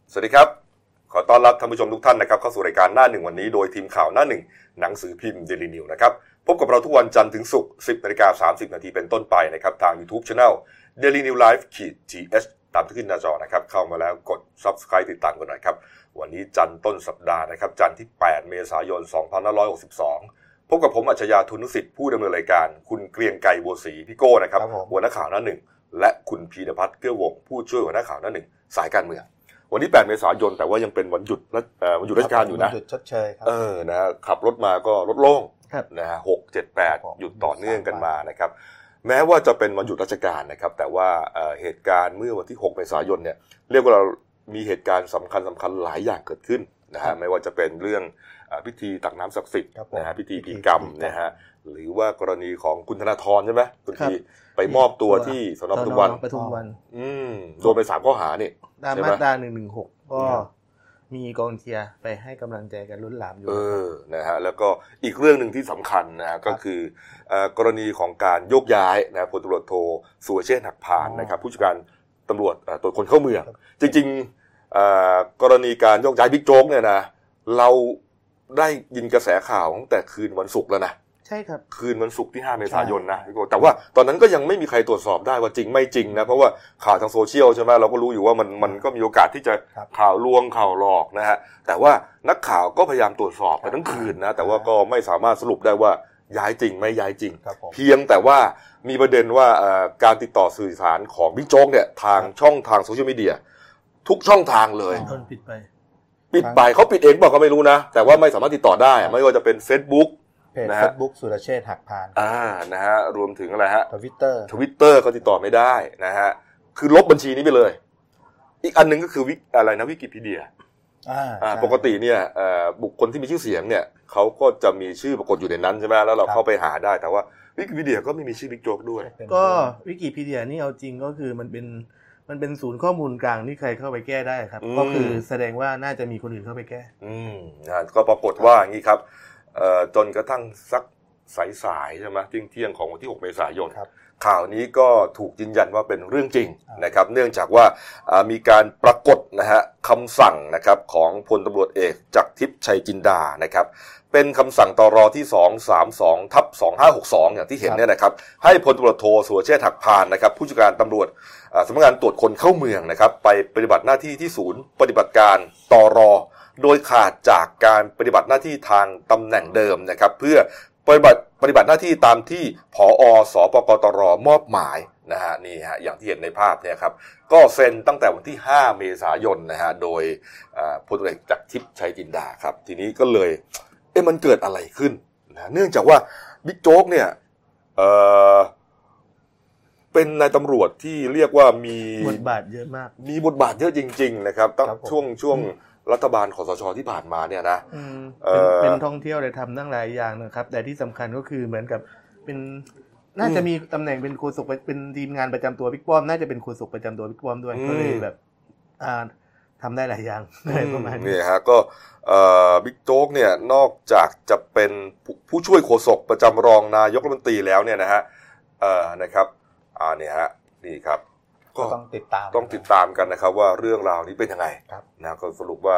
สวัสดีครับขอต้อนรับท่านผู้ชมทุกท่านนะครับเข้าสู่รายการหน้าหนึ่งวันนี้โดยทีมข่าวหน้าหนึ่งหนังสือพิมพ์ Daily News นะครับพบกับเราทุกวันจันทร์ถึงศุกร์ 10:30 น.เป็นต้นไปนะครับทาง YouTube Channel Daily News Live-th ตามที่ขึ้นหน้าจอนะครับเข้ามาแล้วกด Subscribe ติดตามกันหน่อยครับวันนี้จันทร์ต้นสัปดาห์นะครับจันทร์ที่8เมษายน2562พบกับผมอัจฉริยะ ทุนนุสิทธิ์ผู้ดำเนินรายการคุณเกรียงไกรบัวศรีพี่โก้นะครับหัวหน้าข่าวหน้าหนึ่งและคุณพีรพัฒน์เกื้อวงผู้ช่วยหัวหน้าข่าวหน้าหนึ่งสายการเมืองวันนี้8เมษายนแต่ว่ายังเป็นวันหยุดราชการอยู่นะหยุดชดเชยครับนะฮะขับรถมาก็รถโล่งนะฮะ6 7 8หยุดต่อเนื่องกันมานะครับแม้ว่าจะเป็นวันหยุดราชการนะครับแต่ว่าเหตุการณ์เมื่อวันที่6เมษายนเนี่ยเรียกว่าเรามีเหตุการณ์สำคัญหลายอย่างเกิดขึ้นนะฮะไม่ว่าจะเป็นเรื่องพิธีตักน้ำศักดิ์สิทธิ์นะฮะพิธีพิธีกรรมนะฮะหรือว่ากรณีของคุณธนาธรใช่ไหมคุณทีไปมอบตัวที่สน.ปทุมวันโดนไป3ข้อหานี่มาตรา116ก็มีกองเชียร์ไปให้กำลังใจกันล้นหลามอยู่นะฮะแล้วก็อีกเรื่องนึงที่สำคัญนะก็คือกรณีของการโยกย้ายนะพลตำรวจโทสุรเชษฐ์หักพานนะครับผู้จัดการตำรวจตรวจคนเข้าเมืองจริงๆกรณีการโยกย้ายบิ๊กโจ๊กเนี่ยนะเราได้ยินกระแสข่าวตั้งแต่คืนวันศุกร์แล้วนะใช่ครับคืนวันศุกร์ที่5เมษายนนะแต่ว่าตอนนั้นก็ยังไม่มีใครตรวจสอบได้ว่าจริงไม่จริงนะเพราะว่าข่าวทางโซเชียลใช่ไหมเราก็รู้อยู่ว่ามันก็มีโอกาสที่จะข่าวลวงข่าวหลอกนะฮะแต่ว่านักข่าวก็พยายามตรวจสอบไปทั้งคืนนะแต่ว่าก็ไม่สามารถสรุปได้ว่าย้ายจริงไม่ย้ายจริงเพียงแต่ว่ามีประเด็นว่าการติดต่อสื่อสารของบิ๊กโจ๊กเนี่ยทางช่องทางโซเชียลมีเดียทุกช่องทางเลยปิดไปเขาปิดเองบอกก็ไม่รู้นะแต่ว่าไม่สามารถติดต่อได้ไม่ว่าจะเป็น Facebook เพจ Facebook สุรเชษฐ์หักพานนะฮะรวมถึงอะไรฮะ Twitter ก็ติดต่อไม่ได้นะฮะคือลบบัญชีนี้ไปเลยอีกอันนึงก็คืออะไรนะวิกิพีเดียปกติเนี่ยบุคคลที่มีชื่อเสียงเนี่ยเขาก็จะมีชื่อปรากฏอยู่ในนั้นใช่ไหมแล้วเราเข้าไปหาได้แต่ว่าวิกิพีเดียก็ไม่มีชื่อบิ๊กโจ๊กด้วยก็วิกิพีเดียนี่เอาจริงก็คือมันเป็นศูนย์ข้อมูลกลางที่ใครเข้าไปแก้ได้ครับก็คือแสดงว่าน่าจะมีคนอื่นเข้าไปแก้ก็ปรากฏว่าอย่างนี้ครับจนกระทั่งสักสายๆใช่ไหมเที่ยงของวันที่6เมษายนข่าวนี้ก็ถูกยืนยันว่าเป็นเรื่องจริงนะครับเนื่องจากว่ามีการปรากฏนะฮะคำสั่งนะครับของพลตำรวจเอกจักรทิพย์ชัยจินดานะครับเป็นคำสั่งตรที่232/2562อย่างที่เห็นเนี่ยนะครับให้พลตำรวจโทสุรเชษฐ์หักพานนะครับผู้จัดการตำรวจสำนักงานตรวจคนเข้าเมืองนะครับไปปฏิบัติหน้าที่ที่ศูนย์ปฏิบัติการตรโดยขาดจากการปฏิบัติหน้าที่ทางตำแหน่งเดิมนะครับเพื่อปฏิบัติหน้าที่ตามที่ผอ.สปกตรมอบหมายนะฮะนี่ฮะอย่างที่เห็นในภาพเนี่ยครับก็เซ็นตั้งแต่วันที่5เมษายนนะฮะโดยพลตำรวจเอกจักรทิพย์ชัยจินดาครับทีนี้ก็เลยมันเกิดอะไรขึ้นนะเนื่องจากว่าบิ๊กโจ๊กเนี่ยเป็นนายตำรวจที่เรียกว่ามีบทบาทเยอะมากมีบทบาทเยอะจริงๆนะครับตั้งช่วงรัฐบาลคสช.ที่ผ่านมาเนี่ยนะเป็นท่องเที่ยวเลยทำตั้งหลายอย่างนะครับแต่ที่สำคัญก็คือเหมือนกับเป็นน่าจะมีตำแหน่งเป็นโฆษกเป็นทีมงานประจำตัวบิ๊กป้อมน่าจะเป็นโฆษกประจำตัวบิ๊กป้อมด้วยก็เลยแบบทำได้หลายอย่างประมาณนี้ฮะก็บิ๊กโจ๊กเนี่ยนอกจากจะเป็นผู้ช่วยโฆษกประจำรองนายกรัฐมนตรีแล้วเนี่ยนะฮะนะครับเนี่ยฮะนี่ครับก็ต้องติดตามกันนะครับว่าเรื่องราวนี้เป็นยังไงนะก็สรุปว่า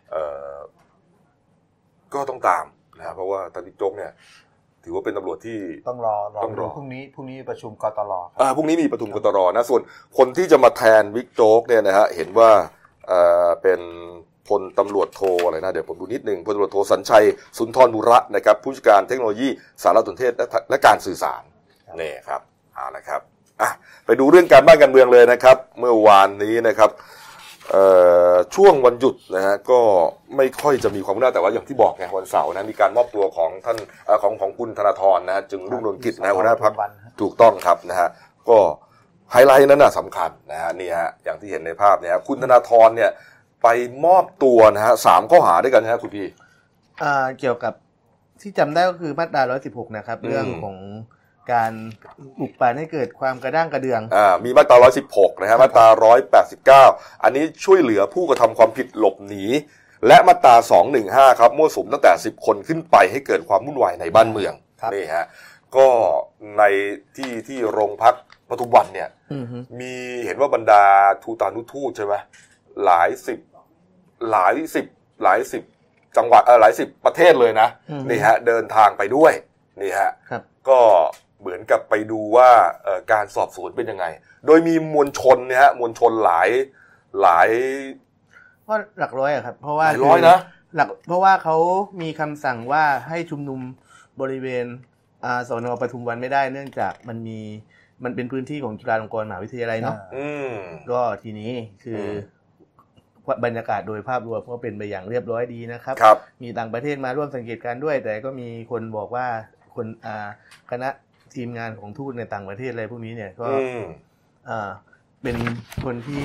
ก็ต้องตามนะเพราะว่าท่านบิ๊กโจ๊กเนี่ยถือว่าเป็นตำรวจที่ต้องรอพรุ่งนี้ประชุมกตรพรุ่งนี้มีประชุมกตรนะส่วนคนที่จะมาแทนบิ๊กโจ๊กเนี่ยนะฮะเห็นว่าเป็นพลตำรวจโทอะไรนะเดี๋ยวผมดูนิดนึงพลตำรวจโทสัญชัยสุนทรบุระนะครับผู้จัดการเทคโนโลยีสารสนเทศและการสื่อสารนี่ครับนะครับไปดูเรื่องการบ้านการเมืองเลยนะครับเมื่อวานนี้นะครับช่วงวันหยุดนะฮะก็ไม่ค่อยจะมีความน่าแต่ว่าอย่างที่บอกไงวันเสาร์นะมีการมอบตัวของท่านของคุณธนาธรนะฮะจึงรุ่งเรืองกิจนะหัวหน้าพรรคถูกต้องครับนะฮะก็ไฮไลท์นั้นน่ะสำคัญนะฮะนี่ฮะอย่างที่เห็นในภาพเนี่ยคุณธนาธรเนี่ยไปมอบตัวนะฮะ3ข้อหาด้วยกันนะคุณพี่เกี่ยวกับที่จำได้ก็คือมาตรา116นะครับเรื่องของการปลุกปั่นให้เกิดความกระด้างกระเดืองมีมาตรา116นะฮะมาตรา189อันนี้ช่วยเหลือผู้กระทำความผิดหลบหนีและมาตรา215ครับมั่วสุมตั้งแต่10คนขึ้นไปให้เกิดความวุ่นวายในบ้านเมืองนี่ฮะก็ในที่โรงพักปทุมวันเนี่ยมีเห็นว่าบรรดาทูตานุทูตใช่ไหมหลายสิบหลายสิบจังหวัดหลายสิบประเทศเลยนะนี่ฮะเดินทางไปด้วยนี่ฮะก็เหมือนกับไปดูว่าการสอบสวนเป็นยังไงโดยมีมวลชนเนี่ยฮะมวลชนหลายก็หลักร้อยอะครับเพราะว่าหลายร้อยนะเพราะว่าเขามีคำสั่งว่าให้ชุมนุมบริเวณสน.ปทุมวันไม่ได้เนื่องจากมันเป็นพื้นที่ของจุฬาลงกรณ์มหาวิทยาลัยเนาะก็ทีนี้คือบรรยากาศโดยภาพรวมก็เป็นไปอย่างเรียบร้อยดีนะครับมีต่างประเทศมาร่วมสังเกตการณ์ด้วยแต่ก็มีคนบอกว่าคนคณะทีมงานของทูตในต่างประเทศอะไรพวกนี้เนี่ยก็เป็นคนที่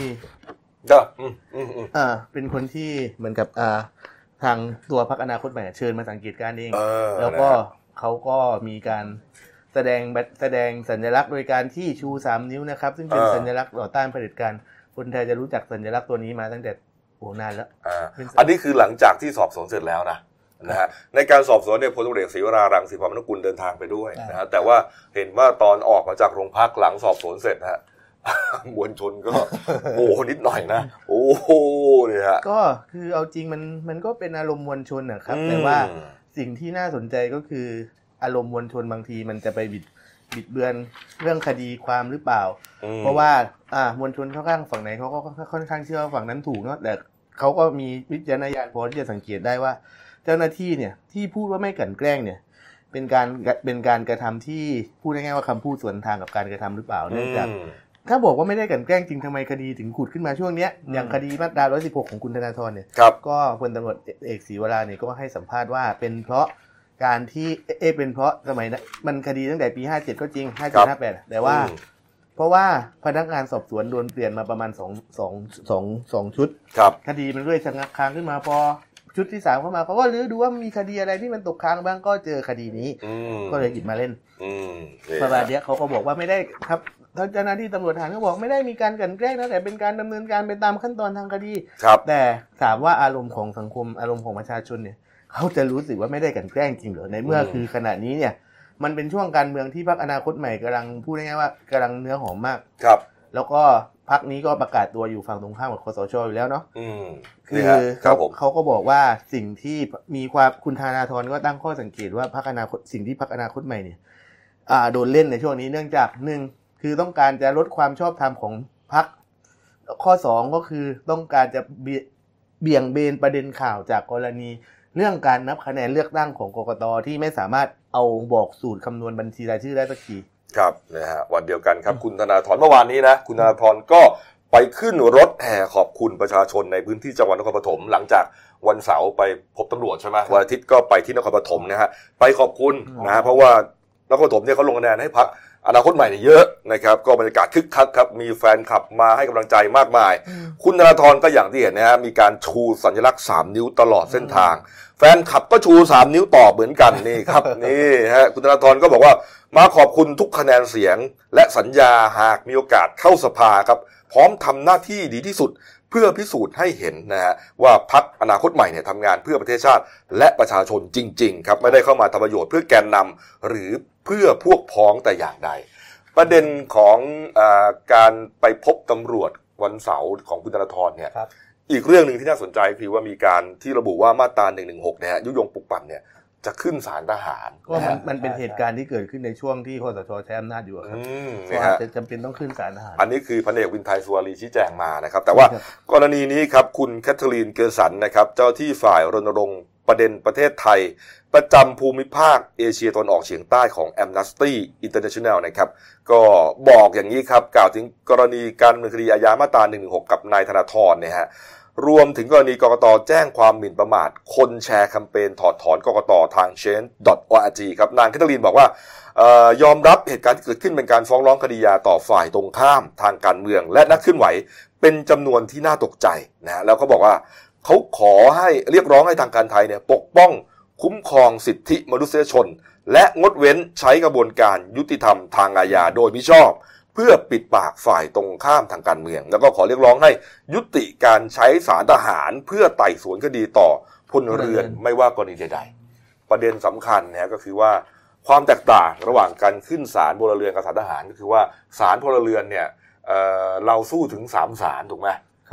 เป็นคนที่เหมือนกับทางตัวพรรคอนาคตใหม่เชิญมาสังเกตการณ์เองแล้วก็เขาก็มีการแสดงสัญลักษณ์โดยการที่ชู3นิ้วนะครับซึ่งเป็นสัญลักษณ์ต่อต้านเผด็จการคนไทยจะรู้จักสัญลักษณ์ตัวนี้มาตั้งแต่นานแล้วอันนี้คือหลังจากที่สอบสวนเสร็จแล้วนะฮะในการสอบสวนเนี่ยพลตำรวจเอกศรีวรารังสีพรรณกุลเดินทางไปด้วยนะฮะแต่ว่าเห็นว่าตอนออกมาจากโรงพักหลังสอบสวนเสร็จฮะมวลชนก็โอ้นิดหน่อยนะโอ้โหเนี่ยฮะก็คือเอาจริงมันก็เป็นอารมณ์มวลชนนะครับแต่ว่าสิ่งที่น่าสนใจก็คืออารมณ์มวลชนบางทีมันจะไปบิดเบือนเรื่องคดีความหรือเปล่าเพราะว่ามวลชนค่อนข้างฝั่งไหนเขาก็ค่อนข้างเชื่อว่าฝั่งนั้นถูกเนาะแต่เขาก็มีวิจารณญาณพอที่จะสังเกตได้ว่าเจ้าหน้าที่เนี่ยที่พูดว่าไม่กลั่นแกล้งเนี่ยเป็นการกระทำที่พูดง่ายๆว่าคำพูดสวนทางกับการกระทำหรือเปล่าเนื่องจากถ้าบอกว่าไม่ได้กลั่นแกล้งจริงทำไมคดีถึงขุดขึ้นมาช่วงนี้อย่างคดีมาตรา116ของคุณธนาธรเนี่ยก็พลตำรวจเอกศรีวราเนี่ยก็ให้สัมภาษณ์ว่าเป็นเพราะการที่เป็นเพราะสมัยนั้นมันคดีตั้งแต่ปี57ก็จริง57 58แต่ว่าเพราะว่าพนักงานสอบสวนโดนเปลี่ยนมาประมาณ2ชุดคดีมันเลยชะงักค้างขึ้นมาพอชุดที่3เข้ามาเขาก็ดูว่ามีคดีอะไรที่มันตกค้างบ้างก็เจอคดีนี้ก็เลยหยิบมาเล่นประมาณนี้เขาก็บอกว่าไม่ได้ครับเจ้าหน้าที่ตำรวจทหารก็บอกไม่ได้มีการกลั่นแกล้งนะแต่เป็นการดำเนินการไปตามขั้นตอนทางคดีแต่ถามว่าอารมณ์ของสังคมอารมณ์ของประชาชนเนี่ยเขาจะรู้สึกว่าไม่ได้กลั่นแกล้งจริงเหรอในเมื่อคือขณะนี้เนี่ยมันเป็นช่วงการเมืองที่พรรคอนาคตใหม่กำลังพูดง่ายๆว่ากำลังเนื้อหอมมากแล้วก็พรรคนี้ก็ประกาศตัวอยู่ฝั่งตรงข้ามกับคสช.อยู่แล้วเนาะคือเขาก็บอกว่าสิ่งที่มีความคุณธนาธรก็ตั้งข้อสังเกตว่าพรรคอนาคตสิ่งที่พรรคอนาคตใหม่เนี่ยโดนเล่นในช่วงนี้เนื่องจาก1คือต้องการจะลดความชอบธรรมของพรรคข้อ2ก็คือต้องการจะเบี่ยงเบนประเด็นข่าวจากกรณีเรื่องการนับคะแนนเลือกตั้งของกกต.ที่ไม่สามารถเอาบอกสูตรคำนวณบัญชีรายชื่อได้สักทีครับนะฮะวันเดียวกันครับคุณธนาธรเมื่อวานนี้นะคุณธนาธรก็ไปขึ้นรถแห่ขอบคุณประชาชนในพื้นที่จังหวัดนครปฐมหลังจากวันเสาร์ไปพบตำรวจใช่ไหมวันอาทิตย์ก็ไปที่นครปฐมนะฮะไปขอบคุณนะฮะเพราะว่านครปฐมเนี่ยเขาลงคะแนนให้พรรคอนาคตใหม่เนี่ยเยอะนะครับก็บรรยากาศคึกคักครับมีแฟนคลับมาให้กำลังใจมากมายคุณธนาธรก็อย่างที่เห็นนะฮะมีการชูสัญลักษณ์3นิ้วตลอดเส้นทางแฟนคลับก็ชู3นิ้วตอบเหมือนกันนี่ครับนี่ฮะคุณธนาธรก็บอกว่ามาขอบคุณทุกคะแนนเสียงและสัญญาหากมีโอกาสเข้าสภาครับพร้อมทำหน้าที่ดีที่สุดเพื่อพิสูจน์ให้เห็นนะฮะว่าพรรคอนาคตใหม่เนี่ยทำงานเพื่อประเทศชาติและประชาชนจริงๆครับไม่ได้เข้ามาทำประโยชน์เพื่อแกนนำหรือเพื่อพวกพ้องแต่อย่างใดประเด็นของการไปพบตำรวจวันเสาร์ของคุณธนาธรเนี่ยอีกเรื่องนึงที่น่าสนใจคือว่ามีการที่ระบุว่ามาตรา116เนี่ยยุยงปลุกปั่นเนี่ยจะขึ้นศาลทหารก็มันเป็นเหตุการณ์ที่เกิดขึ้นในช่วงที่คสช.ใช้อำนาจอยู่ครับก็อาจจะจำเป็นต้องขึ้นศาลทหารอันนี้คือพันเอกวินไทยสุวารีชี้แจงมานะครับแต่ว่ากรณีนี้ครับคุณแคทเธอรีนเกอร์สันนะครับเจ้าที่ฝ่ายรณรงค์ประเด็นประเทศไทยประจำภูมิภาคเอเชียตะวันออกเฉียงใต้ของ Amnesty International นะครับก็บอกอย่างนี้ครับกล่าวถึงกรณีการดำเนินคดีอาญามาตรา116กับนายธนาธรเนี่ยฮะรวมถึงกรณีกกต.แจ้งความหมิ่นประมาทคนแชร์แคมเปญถอดถอนกกต.ทาง change.org ครับนางแคทเธอรีนบอกว่ายอมรับเหตุการณ์ที่เกิดขึ้นเป็นการฟ้องร้องคดียาต่อฝ่ายตรงข้ามทางการเมืองและนักเคลื่อนไหวเป็นจำนวนที่น่าตกใจนะแล้วเขาบอกว่าเขาขอให้เรียกร้องให้ทางการไทยเนี่ยปกป้องคุ้มครองสิทธิมนุษยชนและงดเว้นใช้กระบวนการยุติธรรมทางอาญาโดยมิชอบเพื่อปิดปากฝ่ายตรงข้ามทางการเมืองแล้วก็ขอเรียกร้องให้ยุติการใช้ศาลทหารเพื่อไต่สวนคดีต่อพลเรือนไม่ว่ากรณีใดๆประเด็นสำคัญนะก็คือว่าความแตกต่างระหว่างการขึ้นศาลพลเรือนกับศาลทหารก็คือว่าศาลพลเรือนเนี่ยเราสู้ถึง3ศาลถูกไหม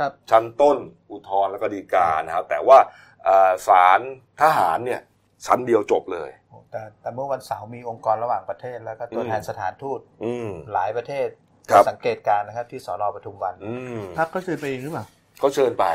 ชั้นต้นอุทธรณ์แล้วก็ฎีกานะครับแต่ว่าศาลทหารเนี่ยชั้นเดียวจบเลยแต่เมื่อวันเสาร์มีองค์กรระหว่างประเทศแล้วก็ตัวแทนสถานทูตหลายประเทศสังเกตการนะครับที่สน.ปทุมวันพรรคก็เชิญไปเองหรือเปล่าเขาเชิญไป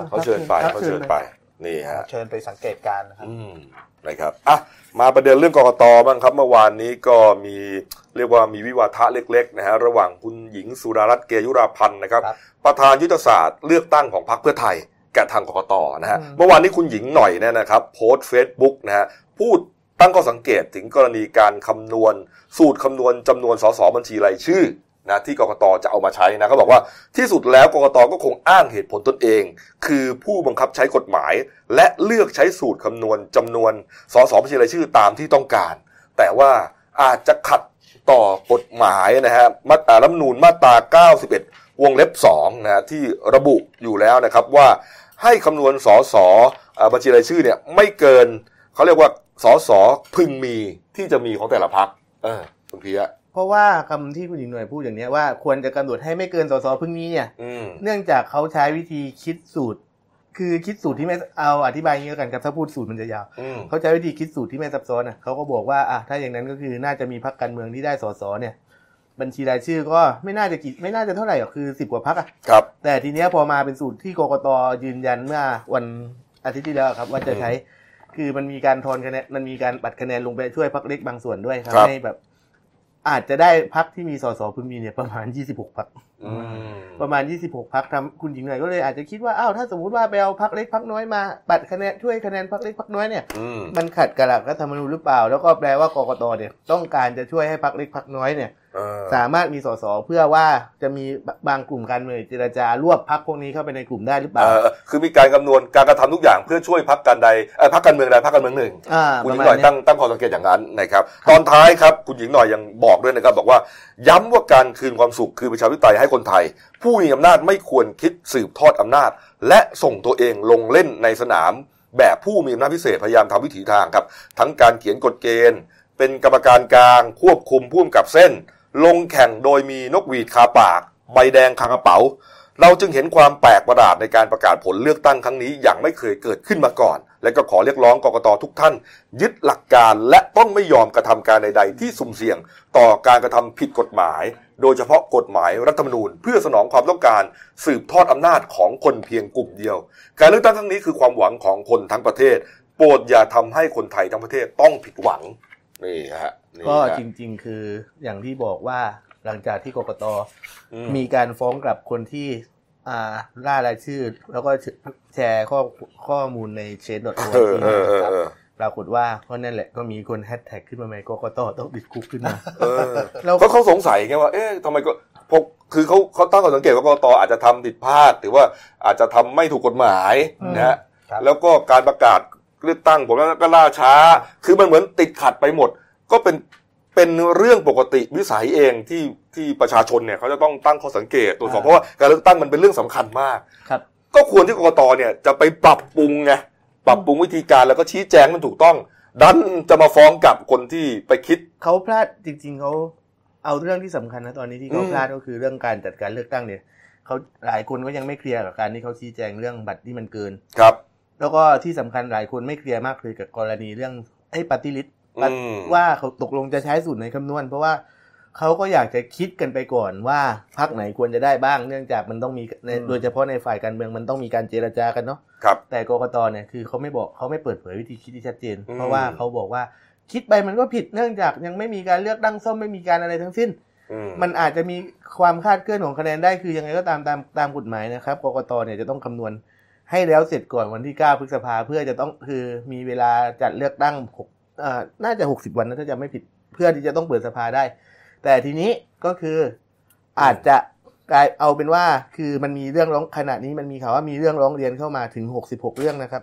นี่ฮะเชิญไปสังเกตการนะครับนะครับมาประเด็นเรื่องกกต.บ้างครับเมื่อวานนี้ก็มีเรียกว่ามีวิวาทะเล็กๆนะฮะระหว่างคุณหญิงสุดารัตน์เกยุราพันธ์นะครับประธานยุทธศาสตร์เลือกตั้งของพรรคเพื่อไทยกับทางกกต.นะฮะเมื่อวานนี้คุณหญิงหน่อยเนี่ยนะครับโพสต์ Facebook นะฮะพูดตั้งข้อสังเกตถึงกรณีการคำนวณสูตรคำนวณจำนวนสสบัญชีรายชื่อนะที่กกต.จะเอามาใช้นะเขาบอกว่าที่สุดแล้วกกต.ก็คงอ้างเหตุผลตนเองคือผู้บังคับใช้กฎหมายและเลือกใช้สูตรคำนวณจำนวนสสบัญชีรายชื่อตามที่ต้องการแต่ว่าอาจจะขัดต่อกฎหมายนะฮะรัฐธรรมนูญมาตรา91วงเล็บ2นะที่ระบุอยู่แล้วนะครับว่าให้คำนวณสสบัญชีรายชื่อเนี่ยไม่เกินเขาเรียกว่าสสพึงมีที่จะมีของแต่ละพรรคคุณพีอะเพราะว่าคำที่คุณหญิงหน่วยพูดอย่างนี้ว่าควรจะกำหนดให้ไม่เกินสสพึงมีเนี่ยเนื่องจากเขาใช้วิธีคิดสูตรคือคิดสูตรที่ไม่เอาอธิบายอย่างนี้กันครับถ้าพูดสูตรมันจะยาวเขาใช้วิธีคิดสูตรที่ไม่ซับซ้อนนะเขาก็บอกว่าถ้าอย่างนั้นก็คือน่าจะมีพรรคการเมืองที่ได้สสเนี่ยบัญชีรายชื่อก็ไม่น่าจะเท่าไหร่หรอกคือ10 กว่าพรรคครับแต่ทีเนี้ยพอมาเป็นสูตรที่กกต.ยืนยันเมื่อวันอาทิตย์ที่แล้วครับว่าจะใช้คือมันมีการทอนคะแนนมันมีการปัดคะแนนลงไปช่วยพรรคเล็กบางส่วนด้วยครับให้แบบอาจจะได้พรรคที่มีสสพึงมีเนี่ยประมาณ26พรรคประมาณ26พรรคทำคุณหญิงหน่อยก็เลยอาจจะคิดว่าถ้าสมมุติว่าไปเอาพรรคเล็กพรรคน้อยมาปัดคะแนนช่วยคะแนนพรรคเล็กพรรคน้อยเนี่ยมันขัดกับหลักรัฐธรรมนูญหรือเปล่าแล้วก็แปลว่ากกต.เนี่ยต้องการจะช่วยให้พรรคเล็กพรรคน้อยเนี่ยสามารถมีสสเพื่อว่าจะมีบางกลุ่มการเมืองเจรจารวบพรรคพวกนี้เข้าไปในกลุ่มได้หรือเปล่าคือมีการคำนวณการกระทำทุกอย่างเพื่อช่วยพรรคการใดพรรคการเมืองใดพรรคการเมืองหนึ่งคุณหญิงหน่อยตั้งข้อสังเกตอย่างนั้นนะครับตอนท้ายครับคุณหญิงหน่อยยังบอกด้วยนะครับบอกว่าย้ำว่าการคืนความสุขคือประชาธิปไตยให้คนไทยผู้มีอำนาจไม่ควรคิดสืบทอดอำนาจและส่งตัวเองลงเล่นในสนามแบบผู้มีอำนาจพิเศษพยายามทำวิถีทางครับทั้งการเขียนกฎเกณฑ์เป็นกรรมการกลางควบคุมผู้กำกับเส้นลงแข่งโดยมีนกหวีดคาปากใบแดงคากระเป๋าเราจึงเห็นความแปลกประหลาดในการประกาศผลเลือกตั้งครั้งนี้อย่างไม่เคยเกิดขึ้นมาก่อนและก็ขอเรียกร้องกกต.ทุกท่านยึดหลักการและต้องไม่ยอมกระทำการใดๆที่สุ่มเสี่ยงต่อการกระทำผิดกฎหมายโดยเฉพาะกฎหมายรัฐธรรมนูญเพื่อสนองความต้องการสืบทอดอำนาจของคนเพียงกลุ่มเดียวการเลือกตั้งครั้งนี้คือความหวังของคนทั้งประเทศโปรดอย่าทำให้คนไทยทั้งประเทศต้องผิดหวังนี่ฮะก็จริงๆคืออย่างที่บอกว่าหลังจากที่กกต.มีการฟ้องกลับคนที่ล่ารายชื่อแล้วก็แชร์ข้อมูลใน change.org นะครับปรากฏว่าเพราะนั่นแหละก็มีคนแฮชแท็กขึ้นมาใหม่กกต.ต้องติดคุกขึ้นมาแล้วเขาสงสัยไงว่าทำไมก็คือเขาตั้งข้อสังเกตว่ากกต.อาจจะทำผิดพลาดหรือว่าอาจจะทำไม่ถูกกฎหมายนะฮะแล้วก็การประกาศเลือกตั้งผมว่าก็ล่าช้าคือมันเหมือนติดขัดไปหมดก็เป็นเรื่องปกติวิสัยเองที่ประชาชนเนี่ยเขาจะต้องตั้งข้อสังเกตตรวจสอบเพราะว่าการเลือกตั้งมันเป็นเรื่องสำคัญมากก็ควรที่กกต.เนี่ยจะไปปรับปรุงไงปรับปรุงวิธีการแล้วก็ชี้แจงมันถูกต้องดันจะมาฟ้องกับคนที่ไปคิดเขาพลาดจริงๆเขาเอาเรื่องที่สำคัญนะตอนนี้ที่เขาพลาดก็คือเรื่องการจัดการเลือกตั้งเนี่ยเขาหลายคนก็ยังไม่เคลียร์กับการที่เขาชี้แจงเรื่องบัตรที่มันเกินครับแล้วก็ที่สำคัญหลายคนไม่เคลียร์มากเลยกับกรณีเรื่องปาร์ตี้ลิสต์ว่าเขาตกลงจะใช้สูตรไหนคำนวณเพราะว่าเขาก็อยากจะคิดกันไปก่อนว่าพรรคไหนควรจะได้บ้างเนื่องจากมันต้องมีโดยเฉพาะในฝ่ายการเมืองมันต้องมีการเจรจากันเนาะแต่กกต.เนี่ยคือเขาไม่เปิดเผยวิธีคิดที่ชัดเจนเพราะว่าเขาบอกว่าคิดไปมันก็ผิดเนื่องจากยังไม่มีการเลือกตั้งซ่อมไม่มีการอะไรทั้งสิ้นมันอาจจะมีความคลาดเคลื่อนของคะแนนได้คือยังไงก็ตามกฎหมายนะครับกกต.เนี่ยจะต้องคำนวณให้แล้วเสร็จก่อนวันที่9 พฤษภาเพื่อจะต้องคือมีเวลาจัดเลือกตั้งน่าจะ60 วันนะถ้าจะไม่ผิดเพื่อที่จะต้องเปิดสภาได้แต่ทีนี้ก็คืออาจจะกลายเอาเป็นว่าคือมันมีเรื่องร้องขณะนี้มันมีข่าวว่ามีเรื่องร้องเรียนเข้ามาถึง66เรื่องนะครับ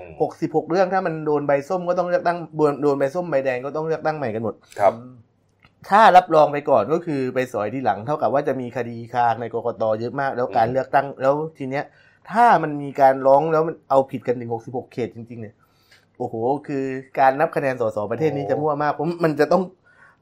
66เรื่องถ้ามันโดนใบส้มก็ต้องเลือกตั้งโดนใบส้มใบแดงก็ต้องเลือกตั้งใหม่กันหมดครับถ้ารับรองไปก่อนก็คือไปสอยทีหลังเท่ากับว่าจะมีคดีคาในกกต.เยอะมากแล้วการเลือกตั้งแล้วทีเนี้ยถ้ามันมีการร้องแล้วมันเอาผิดกันถึง66เขตจริงๆเนี่ยโอ้โหคือการนับคะแนนสสประเทศนี้จะมั่วมากมันจะต้อง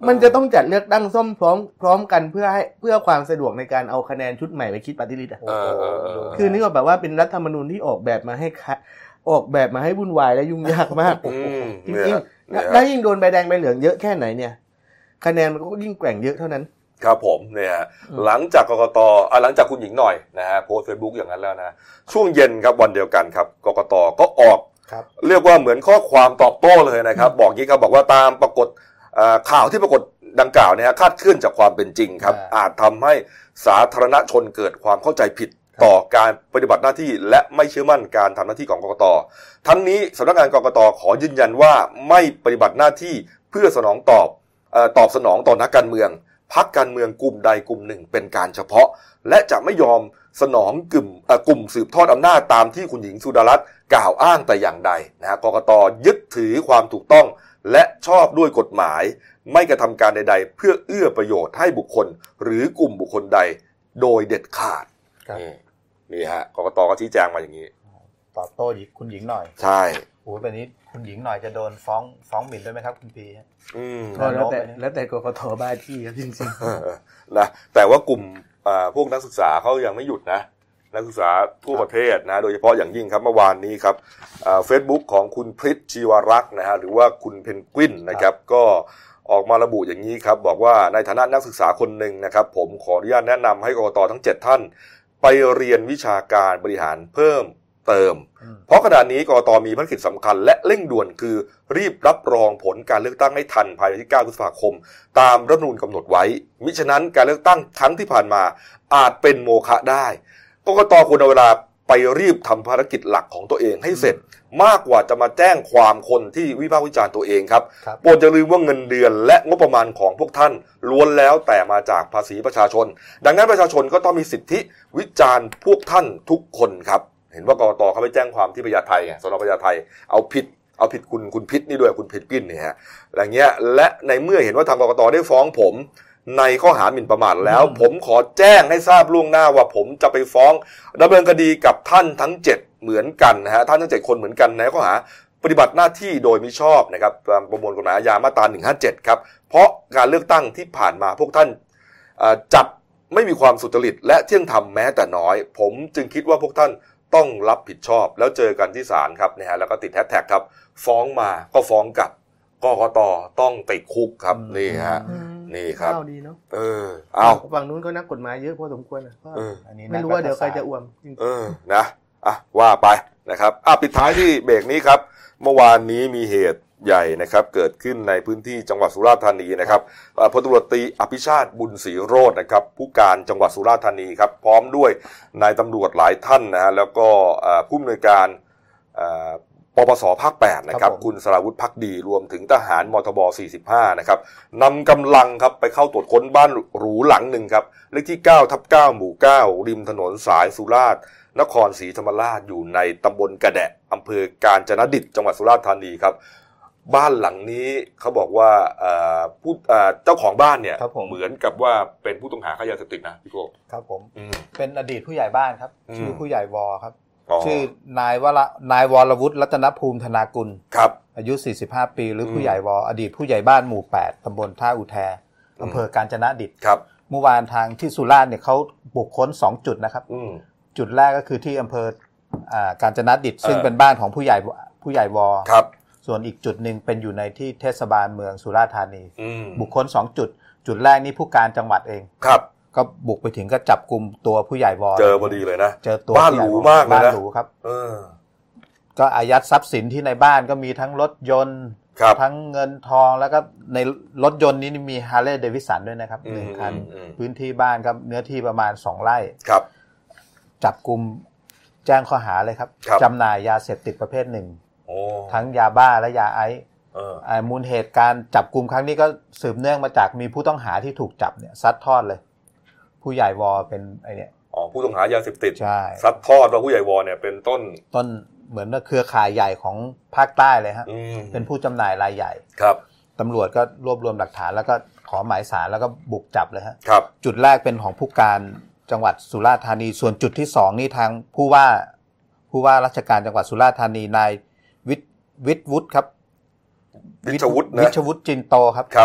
มันจะต้องจัดเลือกตั้งซ่อมพร้อมกันเพื่อความสะดวกในการเอาคะแนนชุดใหม่ไปคิดปฏิริษีคือนี่ก็แบบว่าเป็นรัฐธรรมนูญที่ออกแบบมาให้วุ่นวายและยุ่งยากมากจริงๆแล้วยิ่งโดนใบแดงใบเหลืองเยอะแค่ไหนเนี่ยคะแนนมันก็ยิ่งแกว่งเยอะเท่านั้นครับผมเนี่ยหลังจากกกต.หลังจากคุณหญิงหน่อยนะฮะโพสต์ Facebook อย่างนั้นแล้วนะช่วงเย็นครับวันเดียวกันครับกกต.ก็ออกเรียกว่าเหมือนข้อความตอบโต้เลยนะครับบอกงี้ครับบอกว่าตามปรากฏข่าวที่ปรากฏดังกล่าวเนี่ยคลาดเคลื่อนจากความเป็นจริงครับอาจทำให้สาธารณชนเกิดความเข้าใจผิดต่อการปฏิบัติหน้าที่และไม่เชื่อมั่นการทำหน้าที่ของกกต.ทั้งนี้สำนักงานกกต.ขอยืนยันว่าไม่ปฏิบัติหน้าที่เพื่อตอบสนองต่อนักการเมืองพรรคการเมืองกลุ่มใดกลุ่มหนึ่งเป็นการเฉพาะและจะไม่ยอมสนองกลุ่มสืบทอดอำนาจตามที่คุณหญิงสุดารัตน์กล่าวอ้างแต่อย่างใดนะฮะกกต.ยึดถือความถูกต้องและชอบด้วยกฎหมายไม่กระทำการใดๆเพื่อเอื้อประโยชน์ให้บุคคลหรือกลุ่มบุคคลใดโดยเด็ดขาดนี่ฮะกกต.ก็ชี้แจงมาอย่างนี้ตอบโต้คุณหญิงหน่อยใช่โอ้แบบนี้คุณหญิงหน่อยจะโดนฟ้องหมิ่นด้วยไหมครับคุณพีก็แล้วแต่กกต.บ้าที่ครับจริงๆนะแต่ว่ากลุ่มพวกนักศึกษาเขายังไม่หยุดนะนักศึกษาทั่วประเทศนะโดยเฉพาะอย่างยิ่งครับเมื่อวานนี้ครับFacebook ของคุณพฤทธิ์ชีวรักษ์นะฮะหรือว่าคุณเพนกวินนะครับก็ออกมาระบุอย่างนี้ครับบอกว่าในฐานะนักศึกษาคนหนึ่งนะครับผมขออนุญาตแนะนำให้กกต.ทั้ง7ท่านไปเรียนวิชาการบริหารเพิ่มเติมเพราะขณะนี้กกต.มีภารกิจสำคัญและเร่งด่วนคือรีบรับรองผลการเลือกตั้งให้ทันภายในที่9พฤษภาคมตามรัฐธรรมนูญกำหนดไว้มิฉะนั้นการเลือกตั้งครั้งที่ผ่านมาอาจเป็นโมฆะได้กกต.ควรเอาเวลาไปรีบทำภารกิจหลักของตัวเองให้เสร็จมากกว่าจะมาแจ้งความคนที่วิพากษ์วิจารณ์ตัวเองครับโปรดอย่าลืมว่าเงินเดือนและงบประมาณของพวกท่านล้วนแล้วแต่มาจากภาษีประชาชนดังนั้นประชาชนก็ต้องมีสิทธิวิจารณ์พวกท่านทุกคนครับเห็นว่ากกต.เขาไปแจ้งความที่พญาไทสน.พญาไทเอาผิดคุณพิษนี่ด้วยคุณเพชรปิ้นเนี่ยฮะอย่างเงี้ยและในเมื่อเห็นว่าทางกกต.ได้ฟ้องผมในข้อหาหมิ่นประมาทแล้วผมขอแจ้งให้ทราบล่วงหน้าว่าผมจะไปฟ้องดำเนินคดีกับท่านทั้ง7เหมือนกันนะฮะท่านทั้ง7คนเหมือนกันในข้อหาปฏิบัติหน้าที่โดยมิชอบนะครับตามประมวลกฎหมายอาญามาตรา157ครับเพราะการเลือกตั้งที่ผ่านมาพวกท่านจัดไม่มีความสุจริตและเที่ยงธรรมแม้แต่น้อยผมจึงคิดว่าพวกท่านต้องรับผิดชอบแล้วเจอกันที่ศาลครับนะฮะแล้วก็ติดแฮชแท็กครับฟ้องมาก็ฟ้องกลับกกต.ต้องติดคุกครับนี่ฮะนี่ครับดีเนาะเอาฝั่งนู้นก็นักกฎหมายเยอะพอสมควรนะไม่รู้ว่าเดี๋ยวใครจะอ้วมนะว่าไปนะครับปิดท้ายที่เบรกนี้ครับเมื่อวานนี้มีเหตุใหญ่นะครับเกิดขึ้นในพื้นที่จังหวัดสุราษฎร์ธานีนะครับพลตำรวจตรีอภิชาติบุญศรีโรจน์นะครับผู้การจังหวัดสุราษฎร์ธานีครับพร้อมด้วยนายตำรวจหลายท่านนะฮะแล้วก็ผู้อำนวยการปปสภาค8นะครับคุณสราวุฒิภักดีรวมถึงทหารมทบ45นะครับนำกำลังครับไปเข้าตรวจค้นบ้านหรูหลังหนึ่งครับเลขที่9/9หมู่9ริมถนนสายสุราษฎร์นครศรีธรรมราชอยู่ในตำบลกระแดะอำเภอกาญจนดิตจังหวัดสุราษฎร์ธานีครับบ้านหลังนี้เขาบอกว่าเจ้าของบ้านเนี่ยเหมือนกับว่าเป็นผู้ต้องหาค้ายาเสพติดนะพี่โก้ครับผมเป็นอดีตผู้ใหญ่บ้านครับชื่อผู้ใหญ่วอครับชื่อนายวรวุฒิรัตนภูมิธนากุลครับอายุ45ปีหรือผู้ใหญ่วออดีตผู้ใหญ่บ้านหมู่8ตำบลท่าอุแทอำเภอกาญจนดิตครับเมื่อวานทางที่สุราษฎร์เนี่ยเขาบุกค้น2จุดนะครับจุดแรกก็คือที่อำเภอกาญจนดิตซึ่งเป็นบ้านของผู้ใหญ่วอครับส่วนอีกจุดนึงเป็นอยู่ในที่เทศบาลเมืองสุราษฎร์ธานีบุกค้น2จุดแรกนี่ผู้การจังหวัดเองครับก็บุกไปถึงก็จับกุมตัวผู้ใหญ่วอเจอพอดีเลยนะเจอตัวบ้านหรูมากเลยนะบ้านหรูครับก็อายัดทรัพย์สินที่ในบ้านก็มีทั้งรถยนต์ทั้งเงินทองแล้วก็ในรถยนต์นี้มีฮาร์เลย์เดวิสันด้วยนะครับ1คันพื้นที่บ้านครับเนื้อที่ประมาณ2ไร่ครับจับกุมแจ้งข้อหาเลยครับจำหน่ายยาเสพติดประเภทหนึ่งทั้งยาบ้าและยาไอซ์มูลเหตุการจับกุมครั้งนี้ก็สืบเนื่องมาจากมีผู้ต้องหาที่ถูกจับเนี่ยซัดทอดเลยผู้ใหญ่วอเป็นไอเนี่ยผู้ต้องหายาเสพติดใช่ซัดทอดว่าผู้ใหญ่วอเนี่ยเป็นต้นเหมือนเครือข่ายใหญ่ของภาคใต้เลยฮะเป็นผู้จำหน่ายรายใหญ่ครับตำรวจก็รวบรวมหลักฐานแล้วก็ขอหมายศาลแล้วก็บุกจับเลยฮะครับจุดแรกเป็นของผู้การจังหวัดสุราษฎร์ธานีส่วนจุดที่2นี่ทางผู้ว่าราชการจังหวัดสุราษฎร์ธานีนายวิทย์วุฒิครับวิชวุฒิจินโตครับครับ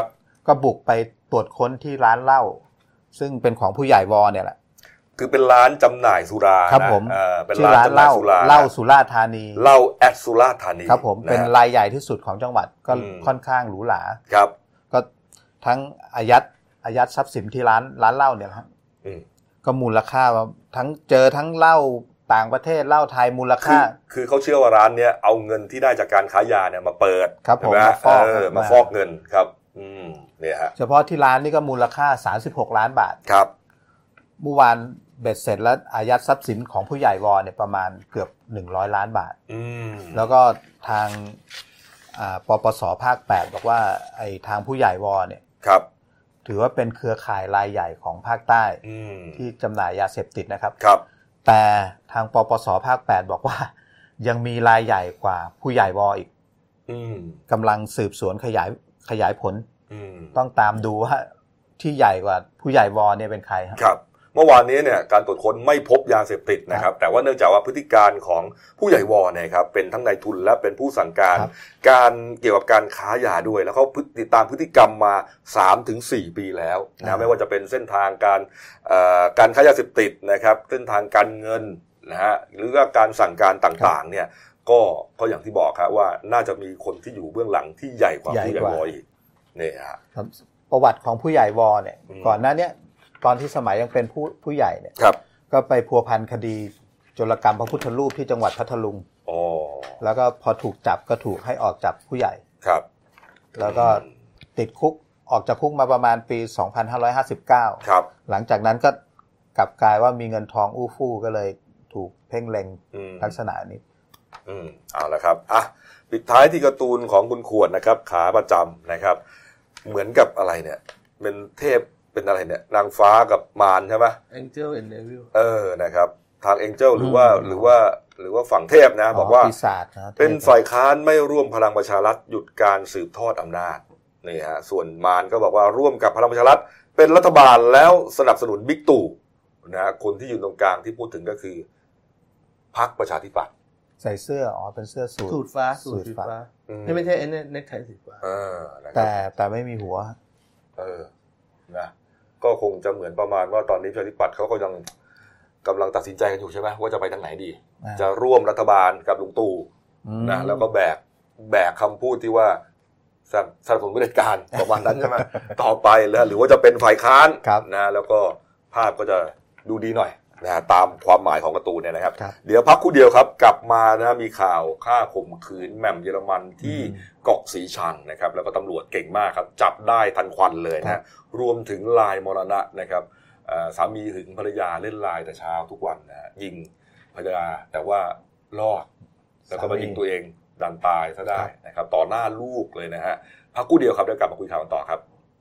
ก็บุกไปตรวจค้นที่ร้านเหล้าซึ่งเป็นของผู้ใหญ่วอเนี่ยแหละคือเป็นร้านจำหน่ายสุราครับผมเป็นร้านจำหน่ายสุราเหล้าสุราษฎร์ธานีเหล้าแอดสุราษฎร์ธานีครับผมเป็นรายใหญ่ที่สุดของจังหวัดก็ค่อนข้างหรูหราครับก็ทั้งอายัดทรัพย์สินที่ร้านเหล้าเนี่ยครับก็มูลค่าเจอทั้งเหล้าต่างประเทศเหล้าไทยมูลค่าคือเขาเชื่อว่าร้านเนี้ยเอาเงินที่ได้จากการค้ายาเนี่ยมาเปิดครับผมมาฟอกเงินครับเนี่ยฮะเฉพาะที่ร้านนี่ก็มูลค่า36ล้านบาทครับเมื่อวานเบ็ดเสร็จแล้วอายัดทรัพย์สินของผู้ใหญ่วอเนี่ยประมาณเกือบ100ล้านบาทแล้วก็ทางปปสภาค8บอกว่าไอ้ทางผู้ใหญ่วอเนี่ยครับถือว่าเป็นเครือข่ายรายใหญ่ของภาคใต้ที่จำหน่ายยาเสพติดนะครับครับแต่ทางปปสภาค8บอกว่ายังมีรายใหญ่กว่าผู้ใหญ่วออีกกำลังสืบสวนขยายผลต้องตามดูว่าที่ใหญ่กว่าผู้ใหญ่วอเนี่ยเป็นใครครับเมื่อวานนี้เนี่ยการตรวจค้นไม่พบยาเสพติดนะครับแต่ว่าเนื่องจากว่าพฤติการของผู้ใหญ่วอเนี่ยครับเป็นทั้งนายทุนและเป็นผู้สั่งการเกี่ยวกับการค้ายาด้วยแล้วเขาติดตามพฤติกรรมมา 3-4 ปีแล้วนะไม่ว่าจะเป็นเส้นทางการค้ายาเสพติดนะครับเส้นทางการเงินนะฮะหรือว่าการสั่งการต่างๆเนี่ยก็อย่างที่บอกครับว่าน่าจะมีคนที่อยู่เบื้องหลังที่ใหญ่กว่าผู้ใหญ่วออีกเนี่ยครับประวัติของผู้ใหญ่วอเนี่ยก่อนหน้านี้ตอนที่สมัยยังเป็นผู้ใหญ่เนี่ยก็ไปพัวพันคดีโจรกรรมพระพุทธรูปที่จังหวัดพัทลุงแล้วก็พอถูกจับก็ถูกให้ออกจากผู้ใหญ่ครับแล้วก็ติดคุกออกจากคุกมาประมาณปี2559 ครับหลังจากนั้นก็กลับกลายว่ามีเงินทองอู้ฟู่ก็เลยถูกเพ่งเล็งลักษณะนี้เอาละครับปิดท้ายที่การ์ตูนของคุณขวดนะครับขาประจำนะครับเหมือนกับอะไรเนี่ยเป็นเทพเป็นอะไรเนี่ยนางฟ้ากับมารใช่ไหม Angel and Devil นะครับทาง Angel หรือว่าฝั่งเทพนะบอกว่าเป็นฝ่ายค้านไม่ร่วมพลังประชารัฐหยุดการสืบทอดอำนาจนี่ฮะส่วนมารก็บอกว่าร่วมกับพลังประชารัฐเป็นรัฐบาลแล้วสนับสนุนบิ๊กตู่นะคนที่อยู่ตรงกลางที่พูดถึงก็คือพรรคประชาธิปัตย์ใส่เสื้อเป็นเสื้อสูทฟ้าไม่ใช่เน็กไทสีฟ้าแต่ไม่มีหัวนะก็คงจะเหมือนประมาณว่าตอนนี้ประชาธิปัตย์เขาก็ยังกำลังตัดสินใจกันอยู่ใช่ไหมว่าจะไปทางไหนดีจะร่วมรัฐบาลกับลุงตู่นะแล้วก็แบกคำพูดที่ว่าสนับสนุนเผด็จการประมาณนั้นใช่ไหมต่อไปแล้วหรือว่าจะเป็นฝ่ายค้านนะแล้วก็ภาพก็จะดูดีหน่อยนะตามความหมายของการ์ตูนเนี่ยนะครับเดี๋ยวพักคู่เดียวครับกลับมานะมีข่าวฆ่าข่มขืนแหม่มเยอรมันที่เกาะสีชังนะครับแล้วก็ตำรวจเก่งมากครับจับได้ทันควันเลยนะรวมถึงลายมรณะนะครับสามีหึงภรรยาเล่นลายแต่เช้าทุกวันนะยิงภรรยาแต่ว่ารอดแล้วก็มายิงตัวเองดันตายซะได้นะครับต่อหน้าลูกเลยนะฮะพักคู่เดียวครับเดี๋ยวกลับมาคุยข่าวกันต่อครับ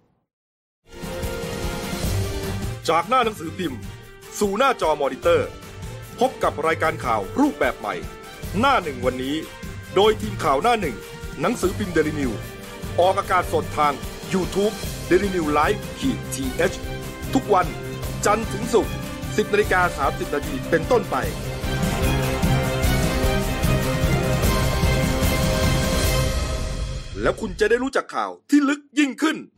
จากหน้าหนังสือพิมพ์สู่หน้าจอมอนิเตอร์พบกับรายการข่าวรูปแบบใหม่หน้าหนึ่งวันนี้โดยทีมข่าวหน้าหนึ่งหนังสือพิมพ์ Daily News ออกอากาศสดทาง YouTube Daily News Live-TH ทุกวันจันทร์ถึงศุกร์ 10:30 น.เป็นต้นไปแล้วคุณจะได้รู้จักข่าวที่ลึกยิ่งขึ้น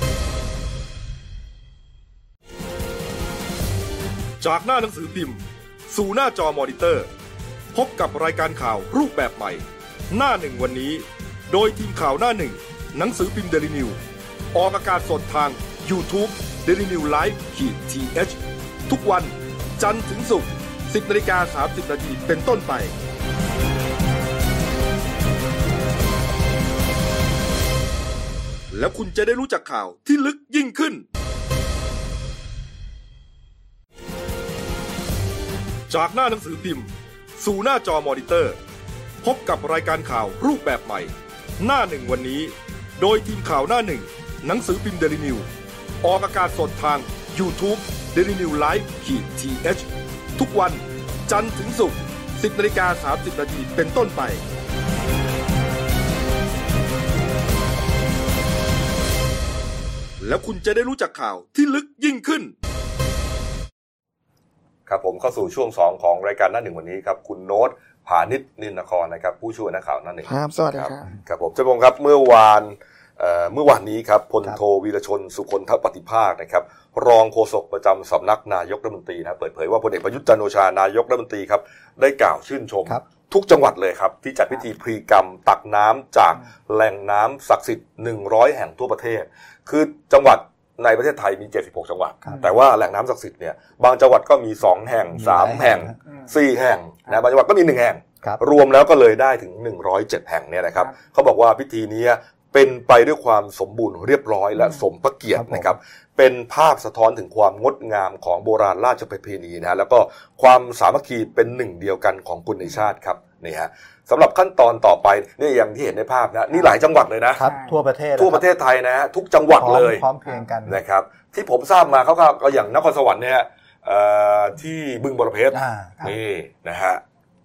จากหน้าหนังสือพิมพ์สู่หน้าจอมอนิเตอร์พบกับรายการข่าวรูปแบบใหม่หน้าหนึ่งวันนี้โดยทีมข่าวหน้าหนึ่งหนังสือพิมพ์ Daily News ออกอากาศสดทาง YouTube Daily News Live-TH ทุกวันจันทร์ถึงศุกร์ 10:30 น.เป็นต้นไปแล้วคุณจะได้รู้จักข่าวที่ลึกยิ่งขึ้นจากหน้าหนังสือพิมพ์สู่หน้าจอมอนิเตอร์พบกับรายการข่าวรูปแบบใหม่หน้าหนึ่งวันนี้โดยทีมข่าวหน้าหนึ่งหนังสือพิมพ์ Daily News ออกอากาศสดทาง YouTube Daily News Live-TH ทุกวันจันทร์ถึงศุกร์ 10:30 น.เป็นต้นไปแล้วคุณจะได้รู้จักข่าวที่ลึกยิ่งขึ้นครับผมเข้าสู่ช่วง2ของรายการหน้าหนึ่งวันนี้ครับคุณโน้ตพานิชนินนครนะครับผู้ช่วยนักข่าวหน้าหนึ่งครับสวัสดีครับครับผมเจ้าพงครับเมื่อวานเมื่อวานนี้ครับพลโทวีรชนสุคนทปฏิภาคนะครับรองโฆษกประจำสำนักนายกรัฐมนตรีนะเปิดเผยว่าพลเอกประยุทธ์จันทร์โอชานายกรัฐมนตรีครับได้กล่าวชื่นชมทุกจังหวัดเลยครับที่จัดพิธีพรีกรรมตักน้ำจากแหล่งน้ำศักดิ์สิทธิ์100แห่งทั่วประเทศคือจังหวัดในประเทศไทยมี76จังหวัดแต่ว่าแหล่งน้ำศักดิ์สิทธิ์เนี่ยบางจังหวัดก็มี2แห่ง3แห่ง4แห่งนะบางจังหวัดก็มี1แห่งรวมแล้วก็เลยได้ถึง107แห่งเนี่ยนะครับเขาบอกว่าพิธีนี้เป็นไปด้วยความสมบูรณ์เรียบร้อยและสมพระเกียรตินะครับเป็นภาพสะท้อนถึงความงดงามของโบราณราชประเพณีนะแล้วก็ความสามัคคีเป็นหนึ่งเดียวกันของคนในชาติครับนี่ฮะสำหรับขั้นตอนต่อไปนี่อย่างที่เห็นในภาพนะนี่หลายจังหวัดเลยนะครับทั่วประเทศไทยนะฮะทุกจังหวัดเลยพร้อมเพรียงกันนะครับที่ผมทราบมาเขาก็อย่างนครสวรรค์เนี่ยที่บึงบรเพชรนี่นะฮะ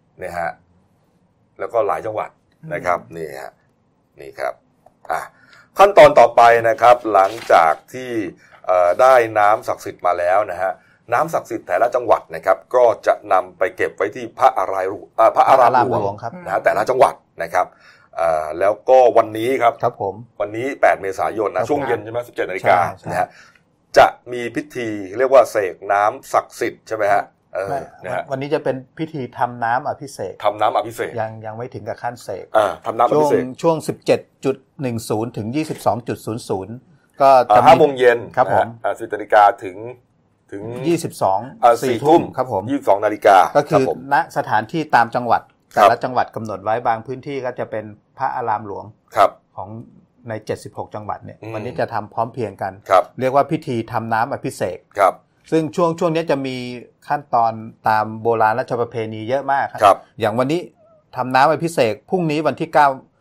แล้วก็หลายจังหวัดนะครับนี่ฮะนี่ครับขั้นตอนต่อไปนะครับหลังจากที่ได้น้ำศักดิ์สิทธิ์มาแล้วนะฮะน้ำศักดิ์สิทธิ์แต่ละจังหวัดนะครับก็จะนำไปเก็บไว้ที่พระอารามหลวงนะแต่ละจังหวัดนะครับแล้วก็วันนี้ครับผมวันนี้8เมษายนนะช่วงเย็นใช่ไหม 17:00 นนะฮะจะมีพิธีเรียกว่าเสกน้ำศักดิ์สิทธิ์ใช่ไหมฮะวันนี้จะเป็นพิธีทำน้ำอภิเษกยังไม่ถึงกับขั้นเสกทำน้ำอภิเษกช่วง 17.10 ถึง 22.00 ก็จะ 5 โมงเย็นครับผม 10 นาฬิกาถึง 4 ทุ่มครับผม 22 นาฬิกาก็คือณสถานที่ตามจังหวัดแต่ละจังหวัดกำหนดไว้บางพื้นที่ก็จะเป็นพระอารามหลวงของใน76จังหวัดเนี่ยวันนี้จะทำพร้อมเพรียงกันเรียกว่าพิธีทำน้ำอภิเษกซึ่งช่วงนี้จะมีขั้นตอนตามโบราณราชประเพณีเยอะมากครับอย่างวันนี้ทำน้ำอภิเษกพรุ่งนี้วันที่